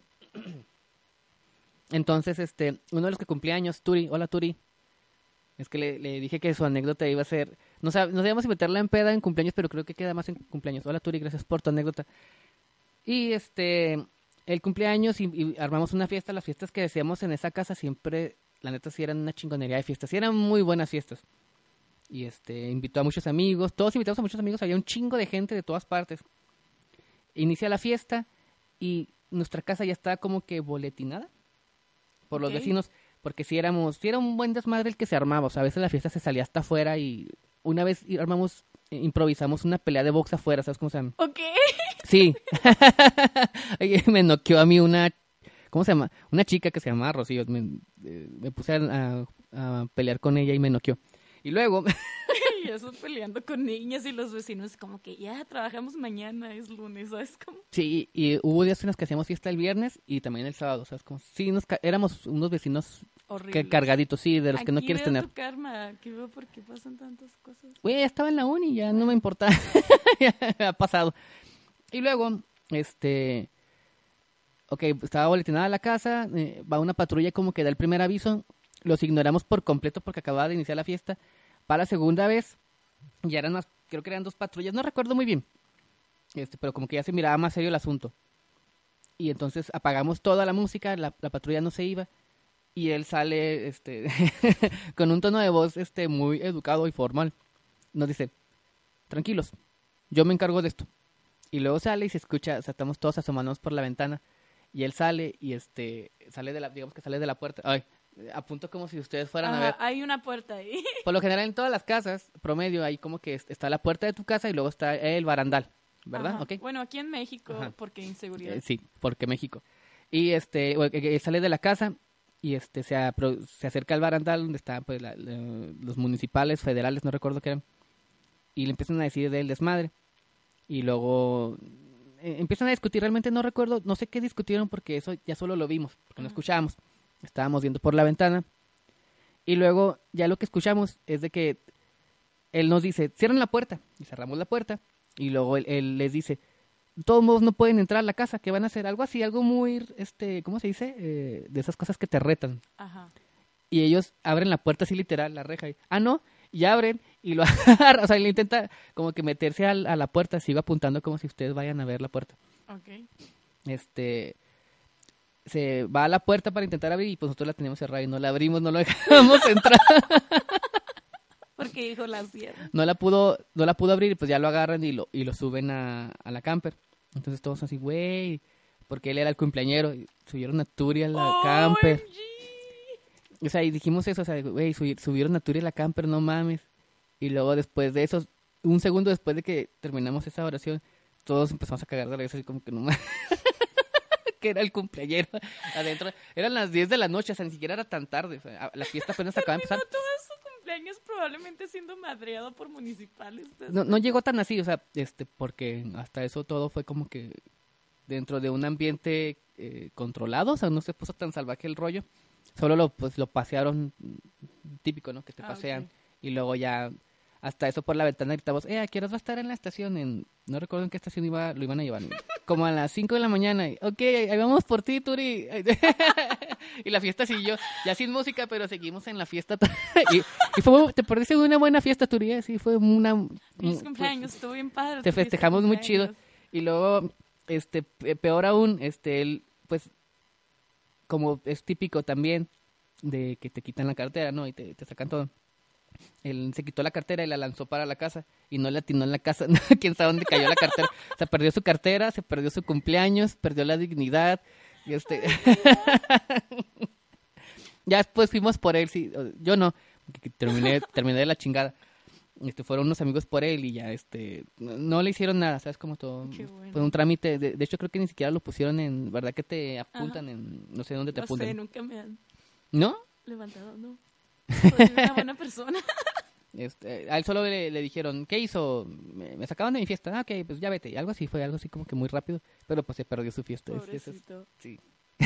[SPEAKER 3] Entonces, este, uno de los que cumplía años, Turi, hola Turi, es que le, le dije que su anécdota iba a ser, no, sab, no sabíamos si meterla en peda en cumpleaños, pero creo que queda más en cumpleaños. Hola Turi, gracias por tu anécdota. Y este, el cumpleaños y, y armamos una fiesta, las fiestas que hacíamos en esa casa siempre, la neta sí eran una chingonería de fiestas, sí eran muy buenas fiestas. Y este, invitó a muchos amigos, todos invitamos a muchos amigos, había un chingo de gente de todas partes. Inicia la fiesta y nuestra casa ya estaba como que boletinada por los
[SPEAKER 4] Ok.
[SPEAKER 3] vecinos, porque si éramos, si era un buen desmadre el que se armaba, o sea, a veces la fiesta se salía hasta afuera y una vez armamos, eh, improvisamos una pelea de box afuera, ¿sabes cómo se llama?
[SPEAKER 4] Ok.
[SPEAKER 3] Sí. Oye, me noqueó a mí una, ¿cómo se llama? Una chica que se llamaba Rocío, me, eh, me puse a, a, a pelear con ella y me noqueó. Y luego...
[SPEAKER 4] Y eso peleando con niñas y los vecinos como que ya trabajamos mañana, es lunes, ¿sabes cómo?
[SPEAKER 3] Sí, y hubo días en los que hacíamos fiesta el viernes y también el sábado, ¿sabes? Como, sí, nos ca- éramos unos vecinos
[SPEAKER 4] Horrible.
[SPEAKER 3] que cargaditos, sí, de los que no
[SPEAKER 4] Aquí
[SPEAKER 3] quieres
[SPEAKER 4] veo
[SPEAKER 3] tener.
[SPEAKER 4] tu karma, aquí veo por qué pasan tantas cosas.
[SPEAKER 3] Güey, ya estaba en la uni, ya no me importaba. Ya ha pasado. Y luego, este... Ok, estaba boletinada la casa, eh, va una patrulla como que da el primer aviso, los ignoramos por completo porque acababa de iniciar la fiesta. Para la segunda vez, ya eran más, creo que eran dos patrullas, no recuerdo muy bien, este, pero como que ya se miraba más serio el asunto. Y entonces apagamos toda la música, la, la patrulla no se iba, y él sale este con un tono de voz este muy educado y formal. Nos dice, tranquilos, yo me encargo de esto. Y luego sale y se escucha, o sea, estamos todos asomándonos por la ventana. Y él sale y este, sale de la, digamos que sale de la puerta. Ay, apunto como si ustedes fueran
[SPEAKER 4] Ajá,
[SPEAKER 3] a ver.
[SPEAKER 4] hay una puerta ahí.
[SPEAKER 3] Por lo general en todas las casas, promedio, hay como que está la puerta de tu casa y luego está el barandal, ¿verdad?
[SPEAKER 4] Ajá.
[SPEAKER 3] ¿Ok?
[SPEAKER 4] Bueno, aquí en México,
[SPEAKER 3] Ajá.
[SPEAKER 4] porque inseguridad.
[SPEAKER 3] Eh, sí, porque México. Y este, bueno, que- que sale de la casa y este se, apro- se acerca al barandal donde están pues, la- la- los municipales, federales, no recuerdo qué eran. Y le empiezan a decir del desmadre. Y luego eh, empiezan a discutir, realmente no recuerdo, no sé qué discutieron porque eso ya solo lo vimos, porque no
[SPEAKER 4] Ujú.
[SPEAKER 3] escuchábamos. Estábamos viendo por la ventana. Y luego ya lo que escuchamos es de que él nos dice, cierren la puerta. Y cerramos la puerta. Y luego él, él les dice, todos modos no pueden entrar a la casa, ¿qué van a hacer? Algo así, algo muy, este, ¿cómo se dice? Eh, de esas cosas que te retan.
[SPEAKER 4] Ajá.
[SPEAKER 3] Y ellos abren la puerta así literal, la reja. Y, ah, no, y abren y lo agarra. O sea, él intenta como que meterse al- a la puerta, sigo apuntando como si ustedes vayan a ver la puerta.
[SPEAKER 4] Ok.
[SPEAKER 3] Este, se va a la puerta para intentar abrir y pues nosotros la teníamos cerrada y no la abrimos, no lo dejamos entrar.
[SPEAKER 4] Porque dijo la cierra.
[SPEAKER 3] No la pudo, no la pudo abrir y pues ya lo agarran y lo, y lo suben a, a la camper. Entonces todos así, güey, porque él era el cumpleañero y subieron a Turi a la camper.
[SPEAKER 4] O M G.
[SPEAKER 3] O sea, y dijimos eso, o sea, güey, subi- subieron a Turi a la camper, no mames. Y luego después de eso, un segundo después de que terminamos esa oración, todos empezamos a cagar de la risa así como que no mames. Que era el cumpleañero adentro. Eran las diez de la noche, o sea, ni siquiera era tan tarde. O sea, la fiesta apenas acaba de empezar.
[SPEAKER 4] Terminó todo su cumpleaños probablemente siendo madreado por municipales.
[SPEAKER 3] No, no llegó tan así, o sea, este, porque hasta eso todo fue como que dentro de un ambiente eh, controlado, o sea, no se puso tan salvaje el rollo. Solo lo, pues, lo pasearon, mm, típico, ¿no? Que te
[SPEAKER 4] Ah,
[SPEAKER 3] pasean.
[SPEAKER 4] ok.
[SPEAKER 3] Y luego ya, hasta eso por la ventana gritamos, eh, ¿a qué horas va a estar en la estación? En, no recuerdo en qué estación iba, lo iban a llevar. Como a las cinco de la mañana. Y, ok, ahí vamos por ti, Turi. Y la fiesta siguió, ya sin música, pero seguimos en la fiesta. y, y fue, te perdiste de una buena fiesta, Turi, ¿eh? Sí, fue una...
[SPEAKER 4] Feliz
[SPEAKER 3] un-
[SPEAKER 4] cumpleaños, estuvo bien padre.
[SPEAKER 3] te
[SPEAKER 4] tu fiesta de
[SPEAKER 3] festejamos muy chido.
[SPEAKER 4] cumpleaños.
[SPEAKER 3] Y luego, este, pe- peor aún, este, él, pues, como es típico también de que te quitan la cartera, ¿no? Y te, te sacan todo. Él se quitó la cartera y la lanzó para la casa y no le atinó en la casa. ¿Quién sabe dónde cayó la cartera? O sea, perdió su cartera, se perdió su cumpleaños, perdió la dignidad. Y este... Ya después fuimos por él, sí. Yo no, porque terminé, terminé de la chingada. Este, fueron unos amigos por él y ya, este, no, no le hicieron nada, ¿sabes? Como todo,
[SPEAKER 4] Qué bueno.
[SPEAKER 3] fue un trámite, de, de hecho creo que ni siquiera lo pusieron en, ¿verdad? Que te apuntan en, no sé dónde te
[SPEAKER 4] No
[SPEAKER 3] apuntan.
[SPEAKER 4] sé, nunca me han
[SPEAKER 3] ¿No?
[SPEAKER 4] levantado, no. Soy una buena persona.
[SPEAKER 3] Este, a él solo le, le dijeron, ¿qué hizo? Me, me sacaban de mi fiesta, ah, ok, pues ya vete, algo así, fue algo así como que muy rápido, pero pues se perdió su fiesta. Es- es- es-
[SPEAKER 4] Pobrecito.
[SPEAKER 3] sí.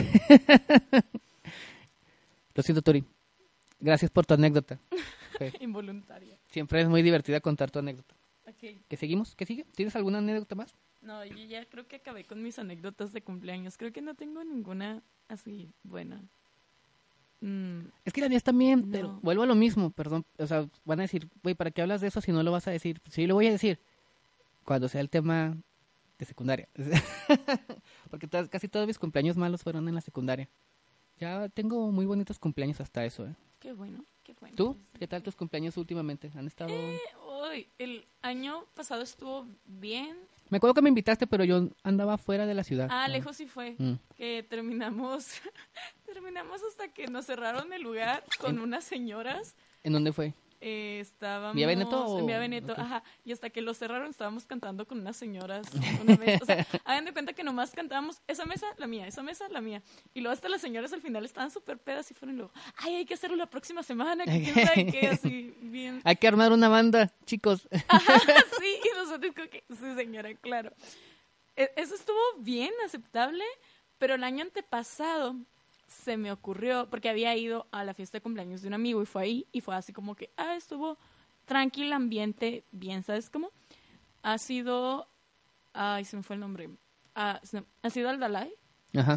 [SPEAKER 3] Lo siento, Tori, gracias por tu anécdota. Fue-
[SPEAKER 4] Involuntaria.
[SPEAKER 3] siempre es muy divertida contar tu anécdota.
[SPEAKER 4] Ok.
[SPEAKER 3] ¿Qué seguimos? ¿Qué sigue? ¿Tienes alguna anécdota más?
[SPEAKER 4] No, yo ya creo que acabé con mis anécdotas de cumpleaños. Creo que no tengo ninguna así buena. Mm,
[SPEAKER 3] Es que la mías también,
[SPEAKER 4] No.
[SPEAKER 3] pero vuelvo a lo mismo, perdón. O sea, van a decir, güey, ¿para qué hablas de eso si no lo vas a decir? Sí, lo voy a decir cuando sea el tema de secundaria. Porque todas- casi todos mis cumpleaños malos fueron en la secundaria. Ya tengo muy bonitos cumpleaños hasta eso, ¿eh?
[SPEAKER 4] qué bueno, qué bueno.
[SPEAKER 3] ¿Tú? ¿Qué tal tus cumpleaños últimamente? ¿Han estado...?
[SPEAKER 4] Eh, Uy, el año pasado estuvo bien.
[SPEAKER 3] Me acuerdo que me invitaste, pero yo andaba fuera de la ciudad.
[SPEAKER 4] Ah,
[SPEAKER 3] Ah.
[SPEAKER 4] lejos sí fue.
[SPEAKER 3] Mm.
[SPEAKER 4] Que terminamos, terminamos hasta que nos cerraron el lugar con unas señoras.
[SPEAKER 3] ¿En dónde fue?
[SPEAKER 4] Eh, estábamos
[SPEAKER 3] ¿Vía Veneto o-
[SPEAKER 4] en Vía Veneto,
[SPEAKER 3] ok.
[SPEAKER 4] ajá, y hasta que lo cerraron estábamos cantando con unas señoras, una vez, o sea, hagan de cuenta que nomás cantábamos esa mesa, la mía, esa mesa, la mía, y luego hasta las señoras al final estaban súper pedas y fueron luego, ay, hay que hacerlo la próxima semana, que quién sabe qué, así, bien,
[SPEAKER 3] Hay que armar una banda, chicos.
[SPEAKER 4] ajá, sí, y nosotros como que, sí señora, claro, E- eso estuvo bien, aceptable, pero el año antepasado se me ocurrió, porque había ido a la fiesta de cumpleaños de un amigo y fue ahí, y fue así como que, ah, estuvo tranquilo, ambiente, bien, ¿sabes cómo? Ha sido, ay, se me fue el nombre, ah, se- ha sido al Dalai,
[SPEAKER 3] Ajá.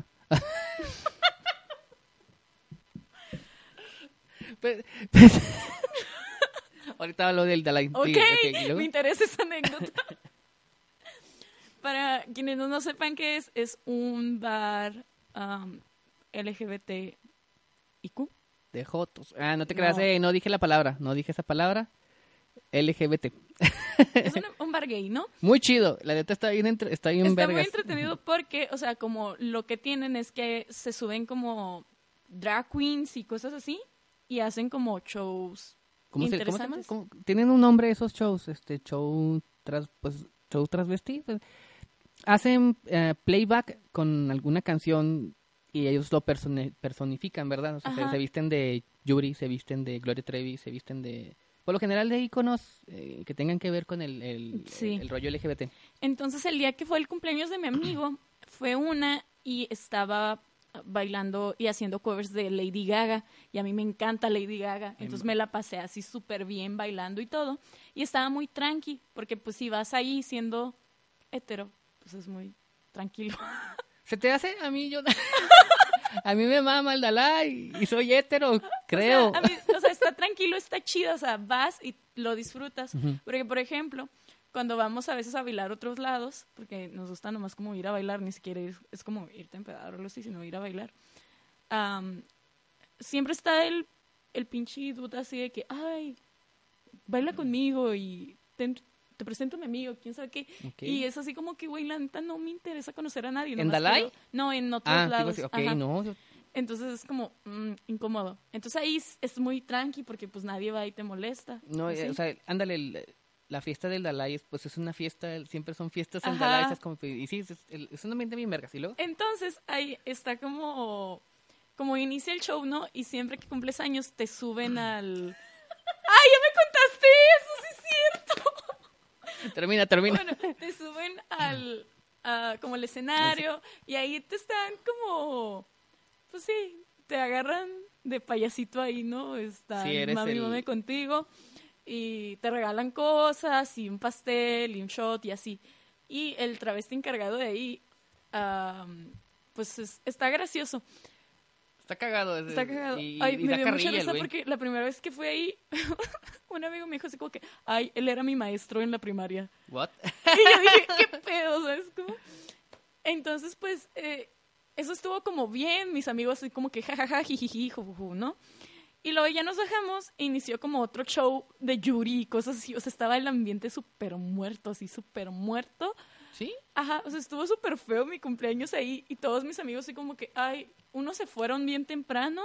[SPEAKER 3] Pues- pues- Ahorita hablo del Dalai.
[SPEAKER 4] ok,
[SPEAKER 3] Sí, ok, ¿y luego?
[SPEAKER 4] me interesa esa anécdota. Para quienes no, no sepan qué es, es un bar um, L G B T I Q.
[SPEAKER 3] De Jotos. Ah, no te creas,
[SPEAKER 4] No.
[SPEAKER 3] eh, no dije la palabra, no dije esa palabra. L G B T.
[SPEAKER 4] Es un, un bar gay, ¿no?
[SPEAKER 3] Muy chido, la neta está bien, entre, está bien
[SPEAKER 4] Está
[SPEAKER 3] vergas.
[SPEAKER 4] muy entretenido porque, o sea, como lo que tienen es que se suben como drag queens y cosas así y hacen como shows
[SPEAKER 3] ¿Cómo se, ¿cómo se llama?
[SPEAKER 4] interesantes.
[SPEAKER 3] ¿Cómo? Tienen un nombre esos shows, este show tras, pues, show transvesti. Pues, hacen eh, playback con alguna canción y ellos lo persone- personifican, ¿verdad? O sea, se,
[SPEAKER 4] Ajá.
[SPEAKER 3] se visten de Yuri, se visten de Gloria Trevi, se visten de, por lo general, de íconos eh, que tengan que ver con el, el,
[SPEAKER 4] Sí.
[SPEAKER 3] el, el rollo L G B T.
[SPEAKER 4] Entonces el día que fue el cumpleaños de mi amigo fue una y estaba bailando y haciendo covers de Lady Gaga y a mí me encanta Lady Gaga, entonces me la pasé así súper bien bailando y todo y estaba muy tranqui porque pues si vas ahí siendo hetero pues es muy tranquilo.
[SPEAKER 3] ¿Se te hace? A mí yo... A mí me mama el Dalai y soy hétero, creo.
[SPEAKER 4] O sea, a mí, o sea, está tranquilo, está chido, o sea, vas y lo disfrutas.
[SPEAKER 3] Ujú.
[SPEAKER 4] Porque, por ejemplo, cuando vamos a veces a bailar a otros lados, porque nos gusta nomás como ir a bailar, ni siquiera ir- es como irte a empedar o algo así, sino ir a bailar. am, siempre está el, el pinche duda así de que, ay, baila conmigo y ten- te presento a mi amigo, quién sabe qué.
[SPEAKER 3] Ok.
[SPEAKER 4] Y es así como que, güey, la neta no me interesa conocer a nadie.
[SPEAKER 3] ¿En
[SPEAKER 4] nomás
[SPEAKER 3] Dalai?
[SPEAKER 4] quiero- No, en otros
[SPEAKER 3] Ah, digo,
[SPEAKER 4] lados.
[SPEAKER 3] sí, ok,
[SPEAKER 4] ajá.
[SPEAKER 3] no.
[SPEAKER 4] Entonces es como mm, incómodo. Entonces ahí es, es muy tranqui porque pues nadie va y te molesta.
[SPEAKER 3] No,
[SPEAKER 4] así.
[SPEAKER 3] eh, o sea, ándale, el- la fiesta del Dalai, es, pues es una fiesta, siempre son fiestas en
[SPEAKER 4] Ajá.
[SPEAKER 3] Dalai, es como, y sí, es, es, es un ambiente bien vergas, ¿y luego?
[SPEAKER 4] Entonces ahí está como, como inicia el show, ¿no? Y siempre que cumples años te suben al... ¡Ay, ya me contaste eso! ¡Sí es cierto!
[SPEAKER 3] Termina, termina.
[SPEAKER 4] Bueno, te suben al... a- como el escenario y ahí te están como... Pues sí, te agarran de payasito ahí, ¿no? Están
[SPEAKER 3] Sí, eres
[SPEAKER 4] mami,
[SPEAKER 3] el-
[SPEAKER 4] mami contigo y te regalan cosas y un pastel y un shot y así. Y el travesti encargado de ahí, am, pues es- está gracioso.
[SPEAKER 3] Está cagado. es-
[SPEAKER 4] Está cagado.
[SPEAKER 3] Y,
[SPEAKER 4] Ay,
[SPEAKER 3] y
[SPEAKER 4] me
[SPEAKER 3] da
[SPEAKER 4] dio mucha
[SPEAKER 3] carrilla el
[SPEAKER 4] risa
[SPEAKER 3] güey.
[SPEAKER 4] porque la primera vez que fui ahí, un amigo me dijo así como que, ay, él era mi maestro en la primaria.
[SPEAKER 3] What?
[SPEAKER 4] Y yo dije, ¿qué pedo? ¿Sabes cómo? Entonces, pues, eh, eso estuvo como bien. Mis amigos así como que jajaja, jijiji, jujuju, ¿no? Y luego ya nos bajamos e inició como otro show de Yuri y cosas así. O sea, estaba el ambiente súper muerto, así súper muerto.
[SPEAKER 3] ¿Sí?
[SPEAKER 4] Ajá, o sea, estuvo súper feo mi cumpleaños ahí y todos mis amigos así como que, ay, unos se fueron bien temprano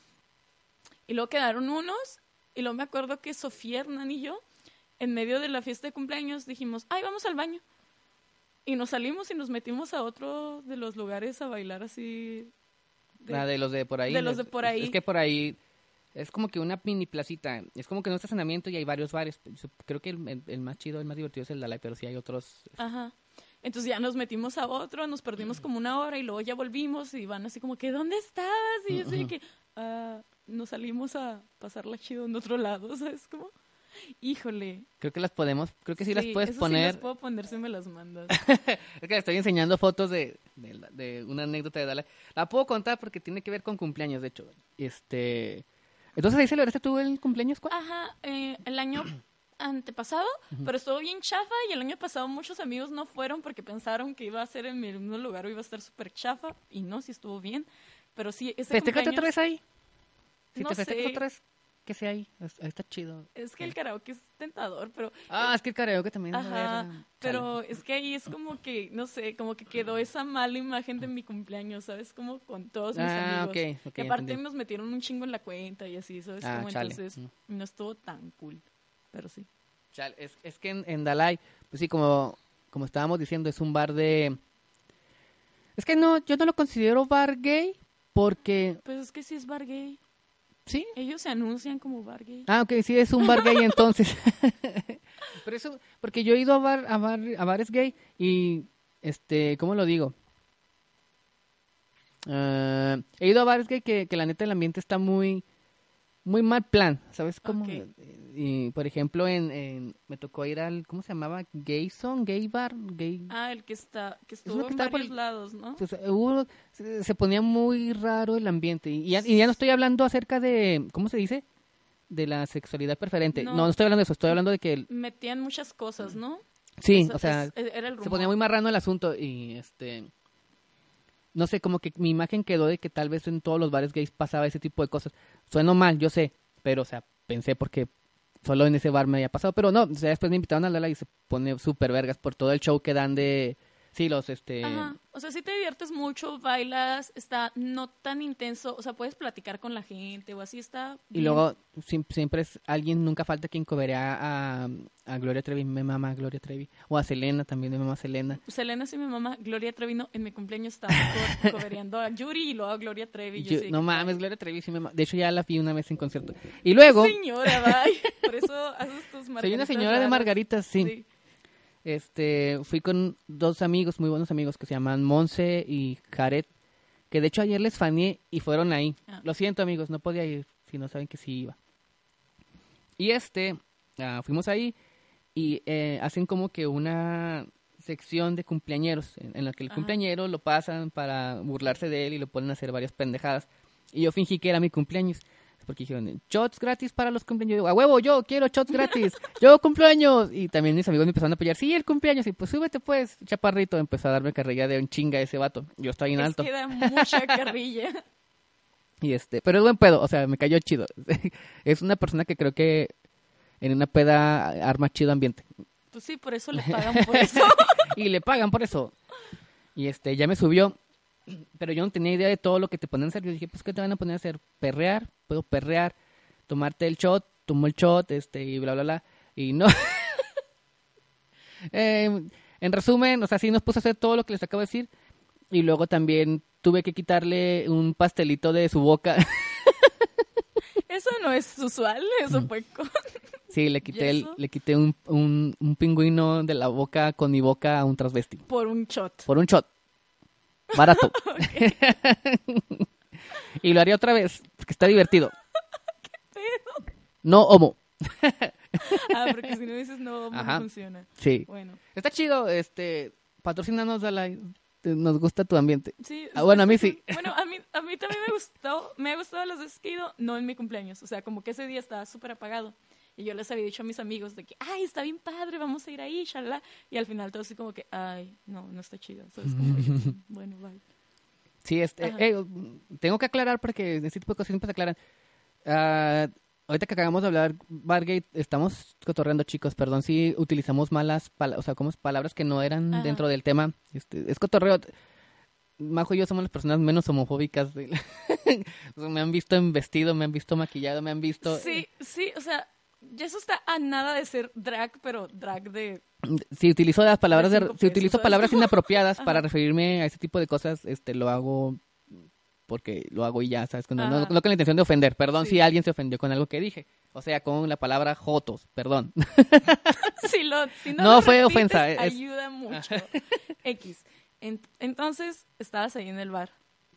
[SPEAKER 4] y luego quedaron unos y luego me acuerdo que Sofía, Hernán y yo, en medio de la fiesta de cumpleaños dijimos, ay, vamos al baño. Y nos salimos y nos metimos a otro de los lugares a bailar así. de-
[SPEAKER 3] La de los de por ahí.
[SPEAKER 4] de los de
[SPEAKER 3] es-
[SPEAKER 4] por
[SPEAKER 3] es-
[SPEAKER 4] ahí.
[SPEAKER 3] Es, que por ahí es como que una mini placita. Es como que un estacionamiento y hay varios bares. Yo creo que el, el- el más chido, el más divertido es el Dalai, pero sí hay otros.
[SPEAKER 4] Ajá. Entonces ya nos metimos a otro, nos perdimos como una hora y luego ya volvimos y van así como que, ¿dónde estabas? Y yo así de que, "Ah, nos salimos a pasarla chido en otro lado", ¿sabes cómo? Híjole.
[SPEAKER 3] Creo que las podemos, creo que sí, las puedes
[SPEAKER 4] eso
[SPEAKER 3] poner.
[SPEAKER 4] Sí las puedo poner si me las mandas.
[SPEAKER 3] Es que le estoy enseñando fotos de, de, la- de una anécdota de Dalai. La puedo contar porque tiene que ver con cumpleaños, de hecho. Este, entonces ahí celebraste tú el cumpleaños, ¿cuál?
[SPEAKER 4] Ajá, eh, el año antepasado, pero estuvo bien chafa y el año pasado muchos amigos no fueron porque pensaron que iba a ser en el mismo lugar o iba a estar súper chafa y no, sí estuvo bien, pero sí, ese
[SPEAKER 3] Festéjate
[SPEAKER 4] cumpleaños...
[SPEAKER 3] otra vez ahí. Si
[SPEAKER 4] No
[SPEAKER 3] te festejas
[SPEAKER 4] sé.
[SPEAKER 3] otra vez, que sea ahí. Es- ahí está chido.
[SPEAKER 4] Es que el karaoke es tentador, pero...
[SPEAKER 3] Ah, es que el karaoke también es
[SPEAKER 4] Ajá,
[SPEAKER 3] verga.
[SPEAKER 4] pero es que ahí es como que, no sé, como que quedó esa mala imagen de mi cumpleaños, ¿sabes? Como con todos mis
[SPEAKER 3] Ah,
[SPEAKER 4] amigos.
[SPEAKER 3] ok, ok,
[SPEAKER 4] y aparte
[SPEAKER 3] entendí.
[SPEAKER 4] nos metieron un chingo en la cuenta y así, ¿sabes?
[SPEAKER 3] Ah,
[SPEAKER 4] Como
[SPEAKER 3] chale.
[SPEAKER 4] entonces
[SPEAKER 3] Mm.
[SPEAKER 4] no estuvo tan cool, pero sí.
[SPEAKER 3] Chale, es, es que en, en Dalai, pues sí, como, como estábamos diciendo, es un bar de... Es que no, yo no lo considero bar gay porque...
[SPEAKER 4] Pues es que sí es bar gay.
[SPEAKER 3] ¿Sí?
[SPEAKER 4] Ellos se anuncian como bar gay.
[SPEAKER 3] Ah, ok, sí, es un bar gay entonces. Pero eso, porque yo he ido a, bar, a, bar, a bares gay y, este, ¿cómo lo digo? Ah, he ido a bares gay que, que la neta el ambiente está muy, muy mal plan, ¿sabes cómo?
[SPEAKER 4] Ok.
[SPEAKER 3] Y, por ejemplo, en, en, me tocó ir al, ¿cómo se llamaba? Gay Zone, Gay Bar, Gay...
[SPEAKER 4] Ah, el que está, que
[SPEAKER 3] uno
[SPEAKER 4] estuvo
[SPEAKER 3] que
[SPEAKER 4] en
[SPEAKER 3] está por
[SPEAKER 4] varios
[SPEAKER 3] el-
[SPEAKER 4] lados, ¿no?
[SPEAKER 3] Pues, hubo- se, se ponía muy raro el ambiente. Y ya, y ya no estoy hablando acerca de, ¿cómo se dice? De la sexualidad preferente. No,
[SPEAKER 4] No.
[SPEAKER 3] no, estoy hablando de eso. Estoy hablando de que, el-
[SPEAKER 4] Metían muchas cosas, ¿no?
[SPEAKER 3] sí,
[SPEAKER 4] Eso
[SPEAKER 3] o sea,
[SPEAKER 4] es- era el rumor.
[SPEAKER 3] se ponía muy marrano el asunto. Y, este, no sé, como que mi imagen quedó de que tal vez en todos los bares gays pasaba ese tipo de cosas. Sueno mal, yo sé. Pero, o sea, pensé porque solo en ese bar me había pasado, pero no, o sea, después me invitaron a Lala y se pone súper vergas por todo el show que dan de, sí, los, este...
[SPEAKER 4] Ajá, o sea, sí te diviertes mucho, bailas, está no tan intenso, o sea, puedes platicar con la gente o así está
[SPEAKER 3] Y
[SPEAKER 4] bien.
[SPEAKER 3] luego sim- siempre es alguien, nunca falta quien coverea a, a Gloria Trevi, me mama Gloria Trevi, o a Selena también, me mama Selena.
[SPEAKER 4] Selena sí mi mamá, Gloria Trevi no, en mi cumpleaños estaba co- cobereando a Yuri y luego a Gloria Trevi. Yo
[SPEAKER 3] Yo-
[SPEAKER 4] sí,
[SPEAKER 3] no
[SPEAKER 4] que-
[SPEAKER 3] mames, Gloria Trevi sí me mama, de hecho ya la vi una vez en concierto. Y luego,
[SPEAKER 4] Señora, bye. Por eso haces tus margaritas
[SPEAKER 3] soy una señora de
[SPEAKER 4] raras.
[SPEAKER 3] margaritas, sí. Este, fui con dos amigos, muy buenos amigos, que se llaman Monse y Jared, que de hecho ayer les faneé y fueron ahí.
[SPEAKER 4] Ah.
[SPEAKER 3] Lo siento, amigos, no podía ir, si no saben que sí iba. Y este, ah, fuimos ahí y eh, hacen como que una sección de cumpleañeros, en, en la que el
[SPEAKER 4] Ajá.
[SPEAKER 3] cumpleañero lo pasan para burlarse de él y lo ponen a hacer varias pendejadas. Y yo fingí que era mi cumpleaños. Porque dijeron, shots gratis para los cumpleaños. Yo digo, a huevo, yo quiero shots gratis. Yo cumpleaños. Y también mis amigos me empezaron a apoyar. Sí, el cumpleaños. Y pues súbete pues, chaparrito. Empezó a darme carrilla de un chinga ese vato. Yo estaba bien
[SPEAKER 4] Es
[SPEAKER 3] alto.
[SPEAKER 4] que da mucha carrilla.
[SPEAKER 3] Y este, pero es buen pedo. O sea, me cayó chido. Es una persona que creo que en una peda arma chido ambiente.
[SPEAKER 4] Pues sí, por eso le pagan por eso.
[SPEAKER 3] Y le pagan por eso. Y este, ya me subió. Pero yo no tenía idea de todo lo que te ponen a hacer. Yo dije, pues, ¿qué te van a poner a hacer? Perrear, puedo perrear, tomarte el shot, tomo el shot, este, y bla, bla, bla. Y no. eh, en resumen, o sea, sí nos puso a hacer todo lo que les acabo de decir. Y luego también tuve que quitarle un pastelito de su boca.
[SPEAKER 4] Eso no es usual, eso fue con...
[SPEAKER 3] Sí, le quité, el,
[SPEAKER 4] ¿Y eso?
[SPEAKER 3] le quité un, un, un pingüino de la boca con mi boca a un transvesti.
[SPEAKER 4] por un shot.
[SPEAKER 3] Por un shot. Barato. Y lo haría otra vez, porque está divertido. No homo.
[SPEAKER 4] Ah, porque si no dices no, no
[SPEAKER 3] Ajá.
[SPEAKER 4] funciona.
[SPEAKER 3] Sí.
[SPEAKER 4] Bueno,
[SPEAKER 3] Está chido, este, patrocínanos, Dala, te- nos gusta tu ambiente.
[SPEAKER 4] sí.
[SPEAKER 3] Ah, bueno, a mí
[SPEAKER 4] está
[SPEAKER 3] sí.
[SPEAKER 4] cool. Bueno, a mí, a mí también me gustó, me ha gustado las veces que he ido, no en mi cumpleaños. O sea, como que ese día estaba súper apagado. Y yo les había dicho a mis amigos de que, ay, está bien padre, vamos a ir ahí, shalala. Y al final todo así como que, ay, no, no está chido. ¿Sabes? Como que, bueno, bye.
[SPEAKER 3] Sí, este,
[SPEAKER 4] Ajá.
[SPEAKER 3] eh, tengo que aclarar porque ese tipo de cosas siempre se aclaran. Ah, ahorita que acabamos de hablar, Bargate, estamos cotorreando, chicos, perdón si utilizamos malas palabras, o sea, como palabras que no eran
[SPEAKER 4] Ajá.
[SPEAKER 3] dentro del tema. Este, es cotorreo. Majo y yo somos las personas menos homofóbicas. De... O sea, me han visto en vestido, me han visto maquillado, me han visto...
[SPEAKER 4] Sí, sí, o sea, ya eso está a nada de ser drag, pero drag de...
[SPEAKER 3] Si utilizo las palabras
[SPEAKER 4] De
[SPEAKER 3] de,
[SPEAKER 4] cinco
[SPEAKER 3] si
[SPEAKER 4] pesos,
[SPEAKER 3] utilizo
[SPEAKER 4] ¿sabes
[SPEAKER 3] palabras
[SPEAKER 4] cómo?
[SPEAKER 3] inapropiadas para
[SPEAKER 4] Ajá.
[SPEAKER 3] referirme a ese tipo de cosas, este lo hago porque lo hago y ya, ¿sabes? No, no,
[SPEAKER 4] Ajá.
[SPEAKER 3] no con la intención de ofender. Perdón
[SPEAKER 4] Sí.
[SPEAKER 3] si alguien se ofendió con algo que dije. O sea, con la palabra jotos, perdón.
[SPEAKER 4] Si, lo, si no,
[SPEAKER 3] No
[SPEAKER 4] lo
[SPEAKER 3] fue
[SPEAKER 4] repites,
[SPEAKER 3] ofensa, es-
[SPEAKER 4] ayuda mucho. X. En- entonces, estabas ahí en el bar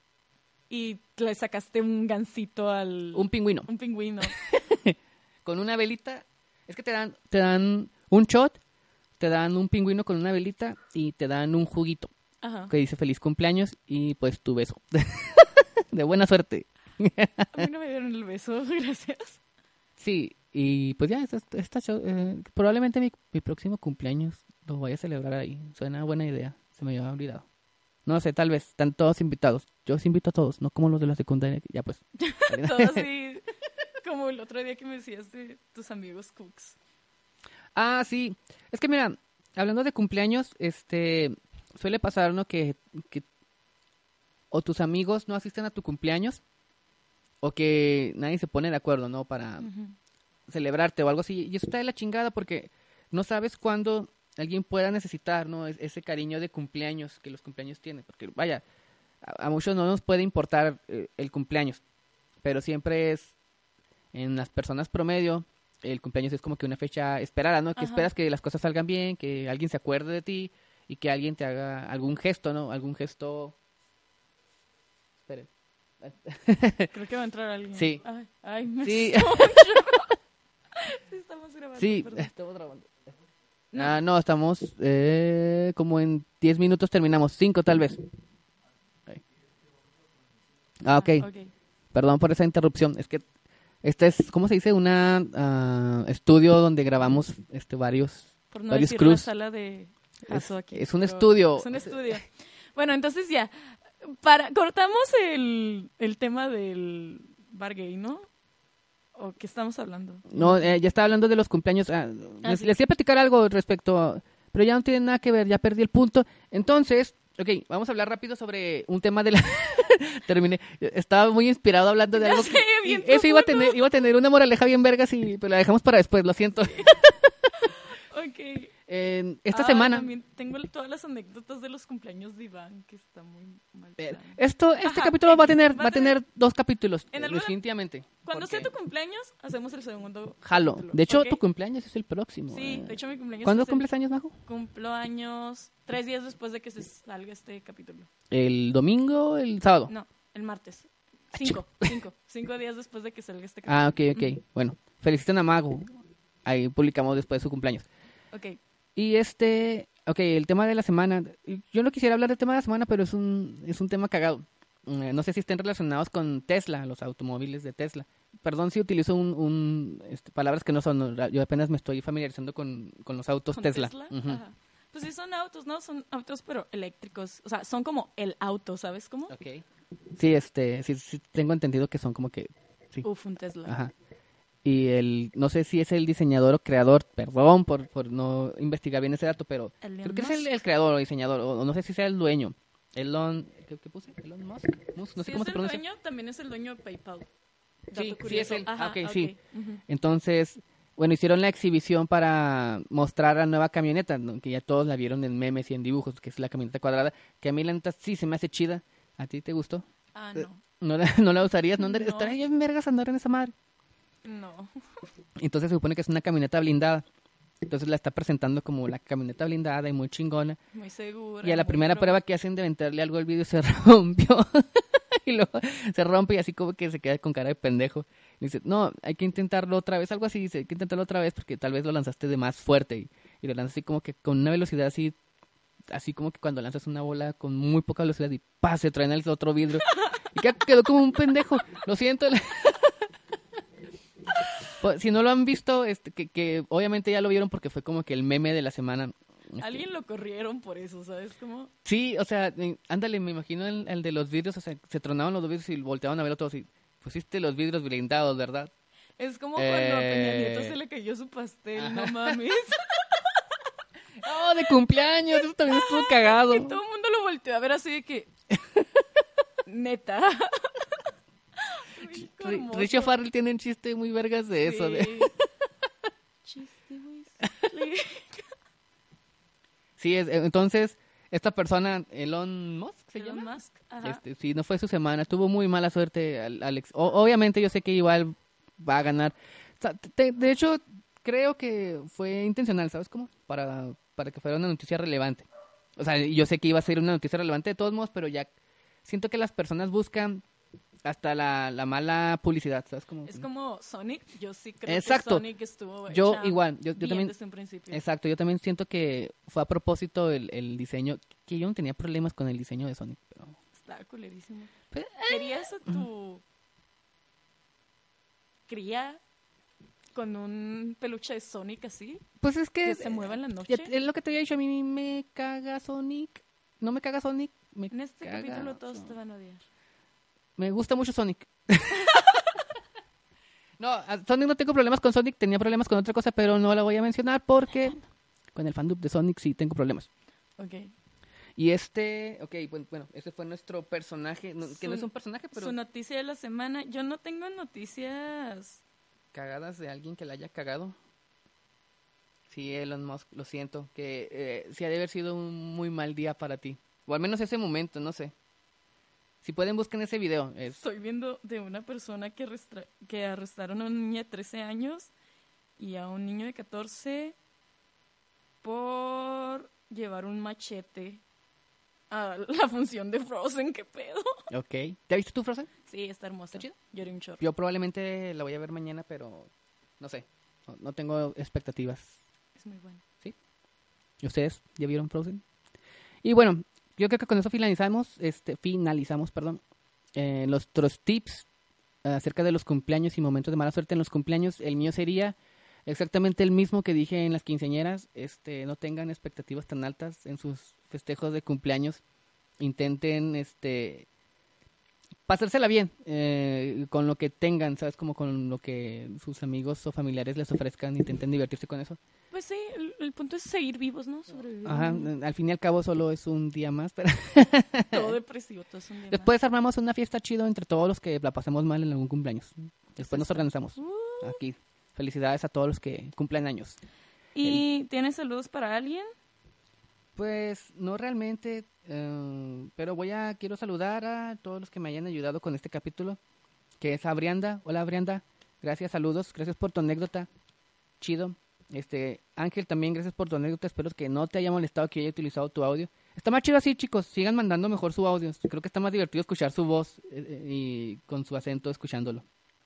[SPEAKER 4] y le sacaste un gansito al...
[SPEAKER 3] Un pingüino
[SPEAKER 4] un pingüino.
[SPEAKER 3] con una velita. Es que te dan te dan un shot, te dan un pingüino con una velita y te dan un juguito
[SPEAKER 4] Ajá.
[SPEAKER 3] que dice feliz cumpleaños y pues tu beso. De buena suerte.
[SPEAKER 4] A mí no me dieron el beso, gracias.
[SPEAKER 3] Sí, y pues ya, esta, esta show, eh, probablemente mi, mi próximo cumpleaños lo voy a celebrar ahí. Suena buena idea, se me había olvidado. No sé, tal vez, están todos invitados. Yo os invito a todos, no como los de la secundaria. Ya pues.
[SPEAKER 4] Todo así, como el otro día que me decías de tus amigos cooks.
[SPEAKER 3] Ah, sí. Es que mira, hablando de cumpleaños, este, suele pasar, ¿no? Que, que o tus amigos no asisten a tu cumpleaños o que nadie se pone de acuerdo, ¿no? Para
[SPEAKER 4] Ujú.
[SPEAKER 3] celebrarte o algo así. Y eso está de la chingada porque no sabes cuándo alguien pueda necesitar, ¿no? Es- ese cariño de cumpleaños que los cumpleaños tienen. Porque, vaya, a, a muchos no nos puede importar eh, el cumpleaños, pero siempre es, en las personas promedio, el cumpleaños es como que una fecha esperada, ¿no? Que
[SPEAKER 4] Ajá.
[SPEAKER 3] esperas que las cosas salgan bien, que alguien se acuerde de ti y que alguien te haga algún gesto, ¿no? Algún gesto... Esperen.
[SPEAKER 4] Creo que va a entrar alguien.
[SPEAKER 3] Sí.
[SPEAKER 4] Ay, ay me
[SPEAKER 3] Sí.
[SPEAKER 4] asustó mucho. Sí, estamos grabando.
[SPEAKER 3] Sí,
[SPEAKER 4] perdón.
[SPEAKER 3] estamos grabando. Ah, no, estamos eh, como en diez minutos terminamos, cinco tal vez. Ahí. Ah, ok.
[SPEAKER 4] Ok.
[SPEAKER 3] Perdón por esa interrupción. Es que este es, ¿cómo se dice? Una ah, estudio donde grabamos este varios
[SPEAKER 4] Por no
[SPEAKER 3] varios
[SPEAKER 4] decir
[SPEAKER 3] crews.
[SPEAKER 4] la sala de
[SPEAKER 3] Es-
[SPEAKER 4] Jaso aquí.
[SPEAKER 3] es un
[SPEAKER 4] pero
[SPEAKER 3] estudio.
[SPEAKER 4] Es un estudio. Bueno, entonces ya. Para, cortamos el, el tema del bar gay, ¿no? ¿O, ¿O qué estamos hablando?
[SPEAKER 3] No, eh, ya estaba hablando de los cumpleaños. Ah,
[SPEAKER 4] Ah,
[SPEAKER 3] les,
[SPEAKER 4] sí.
[SPEAKER 3] les iba a platicar algo respecto, a- pero ya no tiene nada que ver, ya perdí el punto. Entonces, ok, vamos a hablar rápido sobre un tema de la... Terminé, estaba muy inspirado hablando de
[SPEAKER 4] Ya
[SPEAKER 3] algo
[SPEAKER 4] sé,
[SPEAKER 3] que... y
[SPEAKER 4] bien
[SPEAKER 3] eso iba a
[SPEAKER 4] profundo.
[SPEAKER 3] tener, iba a tener una moraleja bien vergas, y, pero la dejamos para después, lo siento.
[SPEAKER 4] Ok.
[SPEAKER 3] Eh, esta
[SPEAKER 4] Ah,
[SPEAKER 3] semana...
[SPEAKER 4] También tengo todas las anécdotas de los cumpleaños de Iván, que está muy mal.
[SPEAKER 3] eh,
[SPEAKER 4] plan.
[SPEAKER 3] Esto, este
[SPEAKER 4] Ajá,
[SPEAKER 3] capítulo va a
[SPEAKER 4] X,
[SPEAKER 3] tener,
[SPEAKER 4] va
[SPEAKER 3] va
[SPEAKER 4] a
[SPEAKER 3] a tener dos capítulos,
[SPEAKER 4] En
[SPEAKER 3] eh,
[SPEAKER 4] alguna-
[SPEAKER 3] definitivamente.
[SPEAKER 4] Cuando
[SPEAKER 3] porque-
[SPEAKER 4] sea tu cumpleaños, hacemos el segundo.
[SPEAKER 3] Jalo.
[SPEAKER 4] capítulo,
[SPEAKER 3] De hecho,
[SPEAKER 4] ¿ok?
[SPEAKER 3] tu cumpleaños es el próximo.
[SPEAKER 4] Sí,
[SPEAKER 3] eh.
[SPEAKER 4] de hecho mi cumpleaños.
[SPEAKER 3] ¿Cuándo
[SPEAKER 4] es el-
[SPEAKER 3] cumples años, Majo?
[SPEAKER 4] Cumplo años tres días después de que se salga este capítulo.
[SPEAKER 3] ¿El domingo o el sábado?
[SPEAKER 4] No, el martes. Cinco, cinco. Cinco días después de que salga este capítulo.
[SPEAKER 3] Ah, ok, ok. Bueno, feliciten a Mago. Ahí publicamos después de su cumpleaños.
[SPEAKER 4] Ok.
[SPEAKER 3] Y este, ok, el tema de la semana. Yo no quisiera hablar del tema de la semana, pero es un, es un tema cagado. Eh, No sé si estén relacionados con Tesla, los automóviles de Tesla. Perdón si utilizo un, un este, palabras que no son. no, Yo apenas me estoy familiarizando con, con los autos
[SPEAKER 4] ¿Con
[SPEAKER 3] Tesla.
[SPEAKER 4] Tesla?
[SPEAKER 3] Ujú.
[SPEAKER 4] Ajá. Pues sí, son autos, ¿no? Son autos, pero eléctricos. O sea, son como el auto, ¿sabes cómo?
[SPEAKER 3] Ok. Sí, este, sí, sí, tengo entendido que son como que, sí.
[SPEAKER 4] Uf, un Tesla.
[SPEAKER 3] Ajá. Y el, no sé si es el diseñador o creador, perdón por, por no investigar bien ese dato, pero
[SPEAKER 4] Elon
[SPEAKER 3] creo que es el,
[SPEAKER 4] Musk.
[SPEAKER 3] el creador o diseñador, o, o no sé si sea el dueño. Elon, ¿qué, qué puse? Elon Musk, Musk, no sé
[SPEAKER 4] Si
[SPEAKER 3] cómo
[SPEAKER 4] es
[SPEAKER 3] se
[SPEAKER 4] el
[SPEAKER 3] pronuncia.
[SPEAKER 4] dueño, también es el dueño de PayPal. Dato
[SPEAKER 3] Sí, sí
[SPEAKER 4] curioso.
[SPEAKER 3] es él.
[SPEAKER 4] Ajá,
[SPEAKER 3] Ah, ok, sí.
[SPEAKER 4] Ujú.
[SPEAKER 3] Entonces, bueno, hicieron la exhibición para mostrar la nueva camioneta, ¿no? Que ya todos la vieron en memes y en dibujos, que es la camioneta cuadrada, que a mí la neta sí se me hace chida. ¿A ti te gustó?
[SPEAKER 4] Ah,
[SPEAKER 3] Eh,
[SPEAKER 4] no.
[SPEAKER 3] ¿No la, no la usarías? ¿No andar-
[SPEAKER 4] No.
[SPEAKER 3] estaría bien vergas andar en esa madre?
[SPEAKER 4] No.
[SPEAKER 3] Entonces se supone que es una camioneta blindada. Entonces la está presentando como la camioneta blindada y muy chingona.
[SPEAKER 4] Muy seguro.
[SPEAKER 3] Y a la primera prueba que hacen de aventarle algo al vídeo se rompió. Y luego se rompe y así como que se queda con cara de pendejo. Y dice, no, hay que intentarlo otra vez. Algo así dice, hay que intentarlo otra vez porque tal vez lo lanzaste de más fuerte. Y, y lo lanzas así como que con una velocidad así, así como que cuando lanzas una bola con muy poca velocidad y ¡pah! Se traen el otro vidrio. Y queda- quedó como un pendejo. Lo siento. Pues, si no lo han visto, este, que, que obviamente ya lo vieron porque fue como que el meme de la semana. Este,
[SPEAKER 4] Alguien lo corrieron por eso, ¿sabes cómo?
[SPEAKER 3] Sí, o sea, eh, ándale, me imagino el, el de los vidrios, o sea, se tronaban los vidrios y volteaban a verlo todos y pusiste los vidrios blindados, ¿verdad?
[SPEAKER 4] Es como cuando a Peña Nieto
[SPEAKER 3] Eh.
[SPEAKER 4] se le cayó su pastel,
[SPEAKER 3] Ajá.
[SPEAKER 4] no mames.
[SPEAKER 3] ¡Oh, de cumpleaños! Eso también estuvo cagado.
[SPEAKER 4] Y todo el mundo lo volteó a ver así de que... Neta. Muy
[SPEAKER 3] Ri-
[SPEAKER 4] hermoso.
[SPEAKER 3] Richie Farrell tiene un chiste muy vergas de eso. de-
[SPEAKER 4] Sí. Chiste muy simple.
[SPEAKER 3] Sí, es, eh, entonces, esta persona, Elon Musk, ¿se
[SPEAKER 4] Elon
[SPEAKER 3] llama?
[SPEAKER 4] Musk, ajá.
[SPEAKER 3] Este, sí, no fue su semana, tuvo muy mala suerte, Al- Alex. O- obviamente yo sé que igual va a ganar. O sea, te- de hecho, creo que fue intencional, ¿sabes cómo? Para, para que fuera una noticia relevante. O sea, yo sé que iba a ser una noticia relevante de todos modos, pero ya siento que las personas buscan hasta la, la mala publicidad, ¿sabes cómo?
[SPEAKER 4] Es como Sonic, yo sí creo
[SPEAKER 3] Exacto.
[SPEAKER 4] que Sonic estuvo
[SPEAKER 3] Yo
[SPEAKER 4] hecha
[SPEAKER 3] igual, yo, yo
[SPEAKER 4] bien
[SPEAKER 3] también...
[SPEAKER 4] desde un principio.
[SPEAKER 3] Exacto, yo también siento que fue a propósito el, el diseño, que yo no tenía problemas con el diseño de Sonic, pero...
[SPEAKER 4] Estaba culerísimo.
[SPEAKER 3] Pero,
[SPEAKER 4] ¿Querías a tu cría con un peluche de Sonic así?
[SPEAKER 3] Pues es que...
[SPEAKER 4] Que se mueva en la noche.
[SPEAKER 3] Ya, es lo que te había dicho, a mí me caga Sonic. No me caga Sonic, me
[SPEAKER 4] En este
[SPEAKER 3] caga
[SPEAKER 4] capítulo todos
[SPEAKER 3] Son-
[SPEAKER 4] te van a odiar.
[SPEAKER 3] Me gusta mucho Sonic. No, a Sonic no tengo problemas con Sonic, tenía problemas con otra cosa, pero no la voy a mencionar porque con el fandom de Sonic sí tengo problemas.
[SPEAKER 4] Ok.
[SPEAKER 3] Y este, ok, bueno, bueno ese fue nuestro personaje, no- que no es
[SPEAKER 4] Su-
[SPEAKER 3] un personaje, pero
[SPEAKER 4] Su noticia de la semana. Yo no tengo noticias.
[SPEAKER 3] cagadas de alguien que la haya cagado. Sí, Elon Musk, lo siento, que eh, sí ha de haber sido un muy mal día para ti. O al menos ese momento, no sé. Si pueden, busquen ese video. Es...
[SPEAKER 4] Estoy viendo de una persona que, arrestra- que arrestaron a una niña de trece años y a un niño de catorce por llevar un machete a la función de Frozen. ¿Qué pedo?
[SPEAKER 3] Ok. ¿Te has visto tú, Frozen?
[SPEAKER 4] Sí, está hermosa.
[SPEAKER 3] ¿Está chida?
[SPEAKER 4] Lloré un chorro.
[SPEAKER 3] Yo probablemente la voy a ver mañana, pero no sé. No, no tengo expectativas.
[SPEAKER 4] Es muy bueno.
[SPEAKER 3] ¿Y ustedes ya vieron Frozen? Y bueno, yo creo que con eso finalizamos, este, finalizamos, perdón, eh, los otros tips acerca de los cumpleaños y momentos de mala suerte en los cumpleaños. El mío sería exactamente el mismo que dije en las quinceañeras. Este, no tengan expectativas tan altas en sus festejos de cumpleaños. Intenten, este, pasársela bien, eh, con lo que tengan, ¿sabes? Como con lo que sus amigos o familiares les ofrezcan, intenten divertirse con eso.
[SPEAKER 4] Pues sí, el, el punto es seguir vivos, ¿no? Sobrevivir.
[SPEAKER 3] Ajá, al fin y al cabo solo es un día más, pero
[SPEAKER 4] Todo depresivo, todo es un día
[SPEAKER 3] después armamos una fiesta chido entre todos los que la pasamos mal en algún cumpleaños. Después nos
[SPEAKER 4] está.
[SPEAKER 3] organizamos.
[SPEAKER 4] Uh.
[SPEAKER 3] Aquí. Felicidades a todos los que cumplen años.
[SPEAKER 4] ¿Y tienes saludos para alguien?
[SPEAKER 3] Pues no realmente, eh, pero voy a, quiero saludar a todos los que me hayan ayudado con este capítulo, que es a Brianda. Hola Brianda, gracias, saludos, gracias por tu anécdota, chido. Este, Ángel también, gracias por tu anécdota, espero que no te haya molestado que haya utilizado tu audio. Está más chido así, chicos, sigan mandando mejor su audio, creo que está más divertido escuchar su voz eh, y con su acento escuchándolo.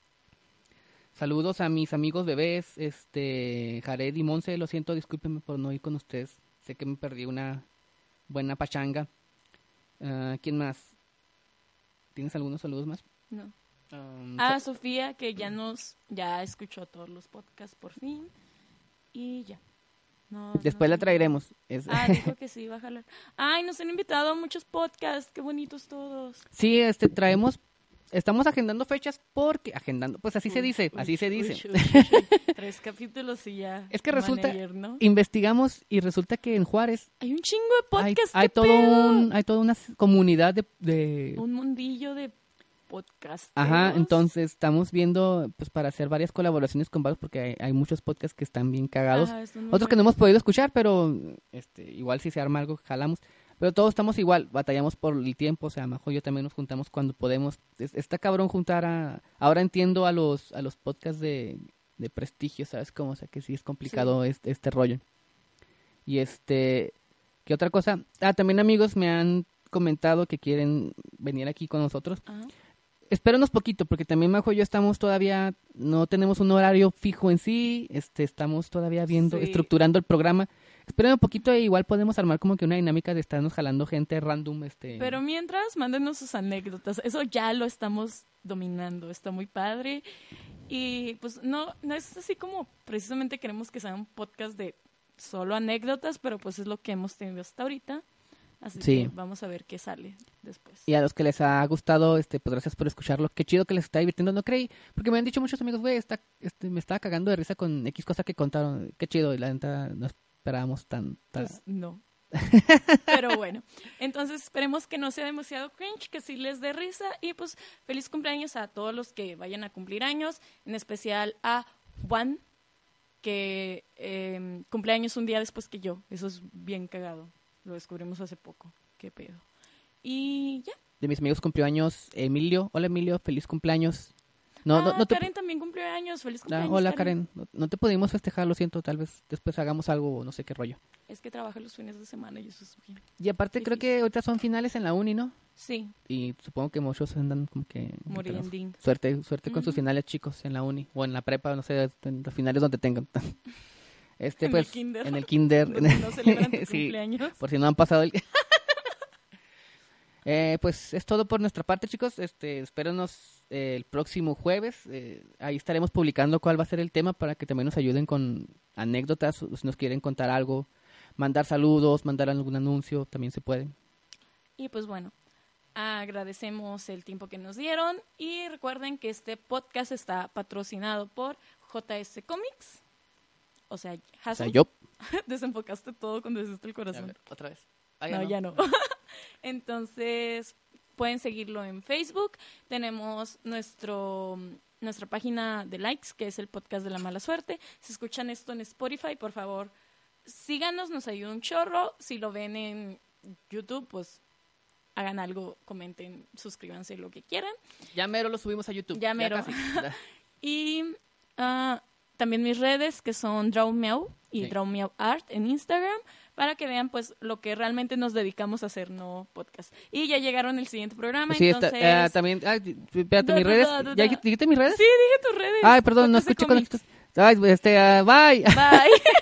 [SPEAKER 3] Saludos a mis amigos bebés, este, Jared y Monse, lo siento, discúlpenme por no ir con ustedes. Sé que me perdí una buena pachanga. Uh, ¿Quién más? ¿Tienes algunos saludos más?
[SPEAKER 4] No.
[SPEAKER 3] Um,
[SPEAKER 4] Ah, Sofía, que ya nos, ya escuchó todos los podcasts por fin. Y ya. No,
[SPEAKER 3] Después
[SPEAKER 4] no
[SPEAKER 3] la traeremos. Es-
[SPEAKER 4] Ah, dijo que sí, va a jalar. Ay, nos han invitado a muchos podcasts, qué bonitos todos.
[SPEAKER 3] Sí, este, traemos... Estamos agendando fechas porque... Agendando, pues así se
[SPEAKER 4] Uy,
[SPEAKER 3] dice,
[SPEAKER 4] uy,
[SPEAKER 3] así se
[SPEAKER 4] uy,
[SPEAKER 3] dice.
[SPEAKER 4] uy, uy, uy. Tres capítulos y ya.
[SPEAKER 3] Es que resulta...
[SPEAKER 4] manager, ¿no?
[SPEAKER 3] Investigamos y resulta que en Juárez
[SPEAKER 4] Hay un chingo de
[SPEAKER 3] hay,
[SPEAKER 4] podcasts.
[SPEAKER 3] hay
[SPEAKER 4] ¿qué
[SPEAKER 3] todo
[SPEAKER 4] pedo?
[SPEAKER 3] un, hay toda una comunidad de... de...
[SPEAKER 4] Un mundillo de podcasts.
[SPEAKER 3] Ajá, entonces estamos viendo pues para hacer varias colaboraciones con varios porque hay, hay muchos podcasts que están bien cagados. Otros que no hemos podido escuchar, pero este igual si se arma algo, jalamos. Pero todos estamos igual, batallamos por el tiempo, o sea, Majo y yo también nos juntamos cuando podemos. Es- Está cabrón juntar a... Ahora entiendo a los a los podcasts de, de prestigio, ¿sabes cómo? O sea, que sí es complicado este, este rollo. Y este... ¿Qué otra cosa? Ah, también amigos me han comentado que quieren venir aquí con nosotros.
[SPEAKER 4] Ajá.
[SPEAKER 3] Espérenos poquito, porque también Majo y yo estamos todavía, no tenemos un horario fijo en sí, este, estamos todavía viendo,
[SPEAKER 4] Sí.
[SPEAKER 3] estructurando el programa. Esperen un poquito e igual podemos armar como que una dinámica de estarnos jalando gente random, este.
[SPEAKER 4] Pero mientras, mándenos sus anécdotas. Eso ya lo estamos dominando. Está muy padre. Y pues no, no es así como precisamente queremos que sea un podcast de solo anécdotas, pero pues es lo que hemos tenido hasta ahorita. Así
[SPEAKER 3] Sí.
[SPEAKER 4] que vamos a ver qué sale después.
[SPEAKER 3] Y a los que les ha gustado, este, pues gracias por escucharlo. Qué chido que les está divirtiendo, no creí, porque me han dicho muchos amigos, güey, está, este, me estaba cagando de risa con X cosa que contaron. Qué chido, y la neta no esperábamos tan, tan...
[SPEAKER 4] Pues no. Pero bueno, entonces esperemos que no sea demasiado cringe, que sí les dé risa. Y pues feliz cumpleaños a todos los que vayan a cumplir años, en especial a Juan, que eh, cumpleaños un día después que yo. Eso es bien cagado. Lo descubrimos hace poco. Qué pedo. Y ya.
[SPEAKER 3] De mis amigos cumplió años Emilio. Hola Emilio, feliz cumpleaños. No,
[SPEAKER 4] ah,
[SPEAKER 3] no, no te...
[SPEAKER 4] Karen también cumplió años. Feliz
[SPEAKER 3] Ah,
[SPEAKER 4] cumpleaños.
[SPEAKER 3] hola Karen, No, no te pudimos festejar, lo siento, tal vez después hagamos algo o no sé qué rollo.
[SPEAKER 4] Es que trabaja los fines de semana y eso es bien.
[SPEAKER 3] Y aparte creo que ahorita son finales en la uni, ¿no?
[SPEAKER 4] Sí,
[SPEAKER 3] Y supongo que muchos andan como que...
[SPEAKER 4] muriendo.
[SPEAKER 3] Suerte, suerte con sus
[SPEAKER 4] Ujú.
[SPEAKER 3] finales, chicos, en la uni o en la prepa, no sé, en los finales donde tengan. Este,
[SPEAKER 4] En
[SPEAKER 3] pues,
[SPEAKER 4] el kinder.
[SPEAKER 3] en el kinder.
[SPEAKER 4] Donde no celebran tu
[SPEAKER 3] Sí,
[SPEAKER 4] cumpleaños.
[SPEAKER 3] por si no han pasado el... Eh, pues es todo por nuestra parte, chicos. Este, espérenos eh, el próximo jueves. Eh, ahí estaremos publicando cuál va a ser el tema para que también nos ayuden con anécdotas. O si nos quieren contar algo, mandar saludos, mandar algún anuncio, también se puede.
[SPEAKER 4] Y pues bueno, agradecemos el tiempo que nos dieron y recuerden que este podcast está patrocinado por J S Comics. O sea,
[SPEAKER 3] O
[SPEAKER 4] Hassel.
[SPEAKER 3] sea, yo...
[SPEAKER 4] Desenfocaste todo cuando desiste el
[SPEAKER 3] A
[SPEAKER 4] corazón.
[SPEAKER 3] ver, otra vez. Ah,
[SPEAKER 4] no, ya no. Entonces, pueden seguirlo en Facebook. Tenemos nuestro nuestra página de likes, que es el podcast de la mala suerte. Si escuchan esto en Spotify, por favor, síganos, nos ayuda un chorro. Si lo ven en YouTube, pues hagan algo, comenten, suscríbanse, lo que quieran.
[SPEAKER 3] Ya mero lo subimos a YouTube.
[SPEAKER 4] Ya mero.
[SPEAKER 3] casi.
[SPEAKER 4] Y ah, también mis redes, que son Draw Meow y
[SPEAKER 3] Sí.
[SPEAKER 4] Draw Meow Art en Instagram, para que vean pues lo que realmente nos dedicamos a hacer, no podcast. Y ya llegaron el siguiente programa,
[SPEAKER 3] Sí, está,
[SPEAKER 4] entonces...
[SPEAKER 3] eh, también, ay, espérate,
[SPEAKER 4] Da,
[SPEAKER 3] mis
[SPEAKER 4] da,
[SPEAKER 3] redes,
[SPEAKER 4] da, da,
[SPEAKER 3] ¿ya
[SPEAKER 4] da.
[SPEAKER 3] dijiste dijiste mis redes?
[SPEAKER 4] Sí, dije tus redes.
[SPEAKER 3] Ay, perdón, no
[SPEAKER 4] J S
[SPEAKER 3] escuché con
[SPEAKER 4] Comics.
[SPEAKER 3] Ay, este, ah, bye.
[SPEAKER 4] Bye.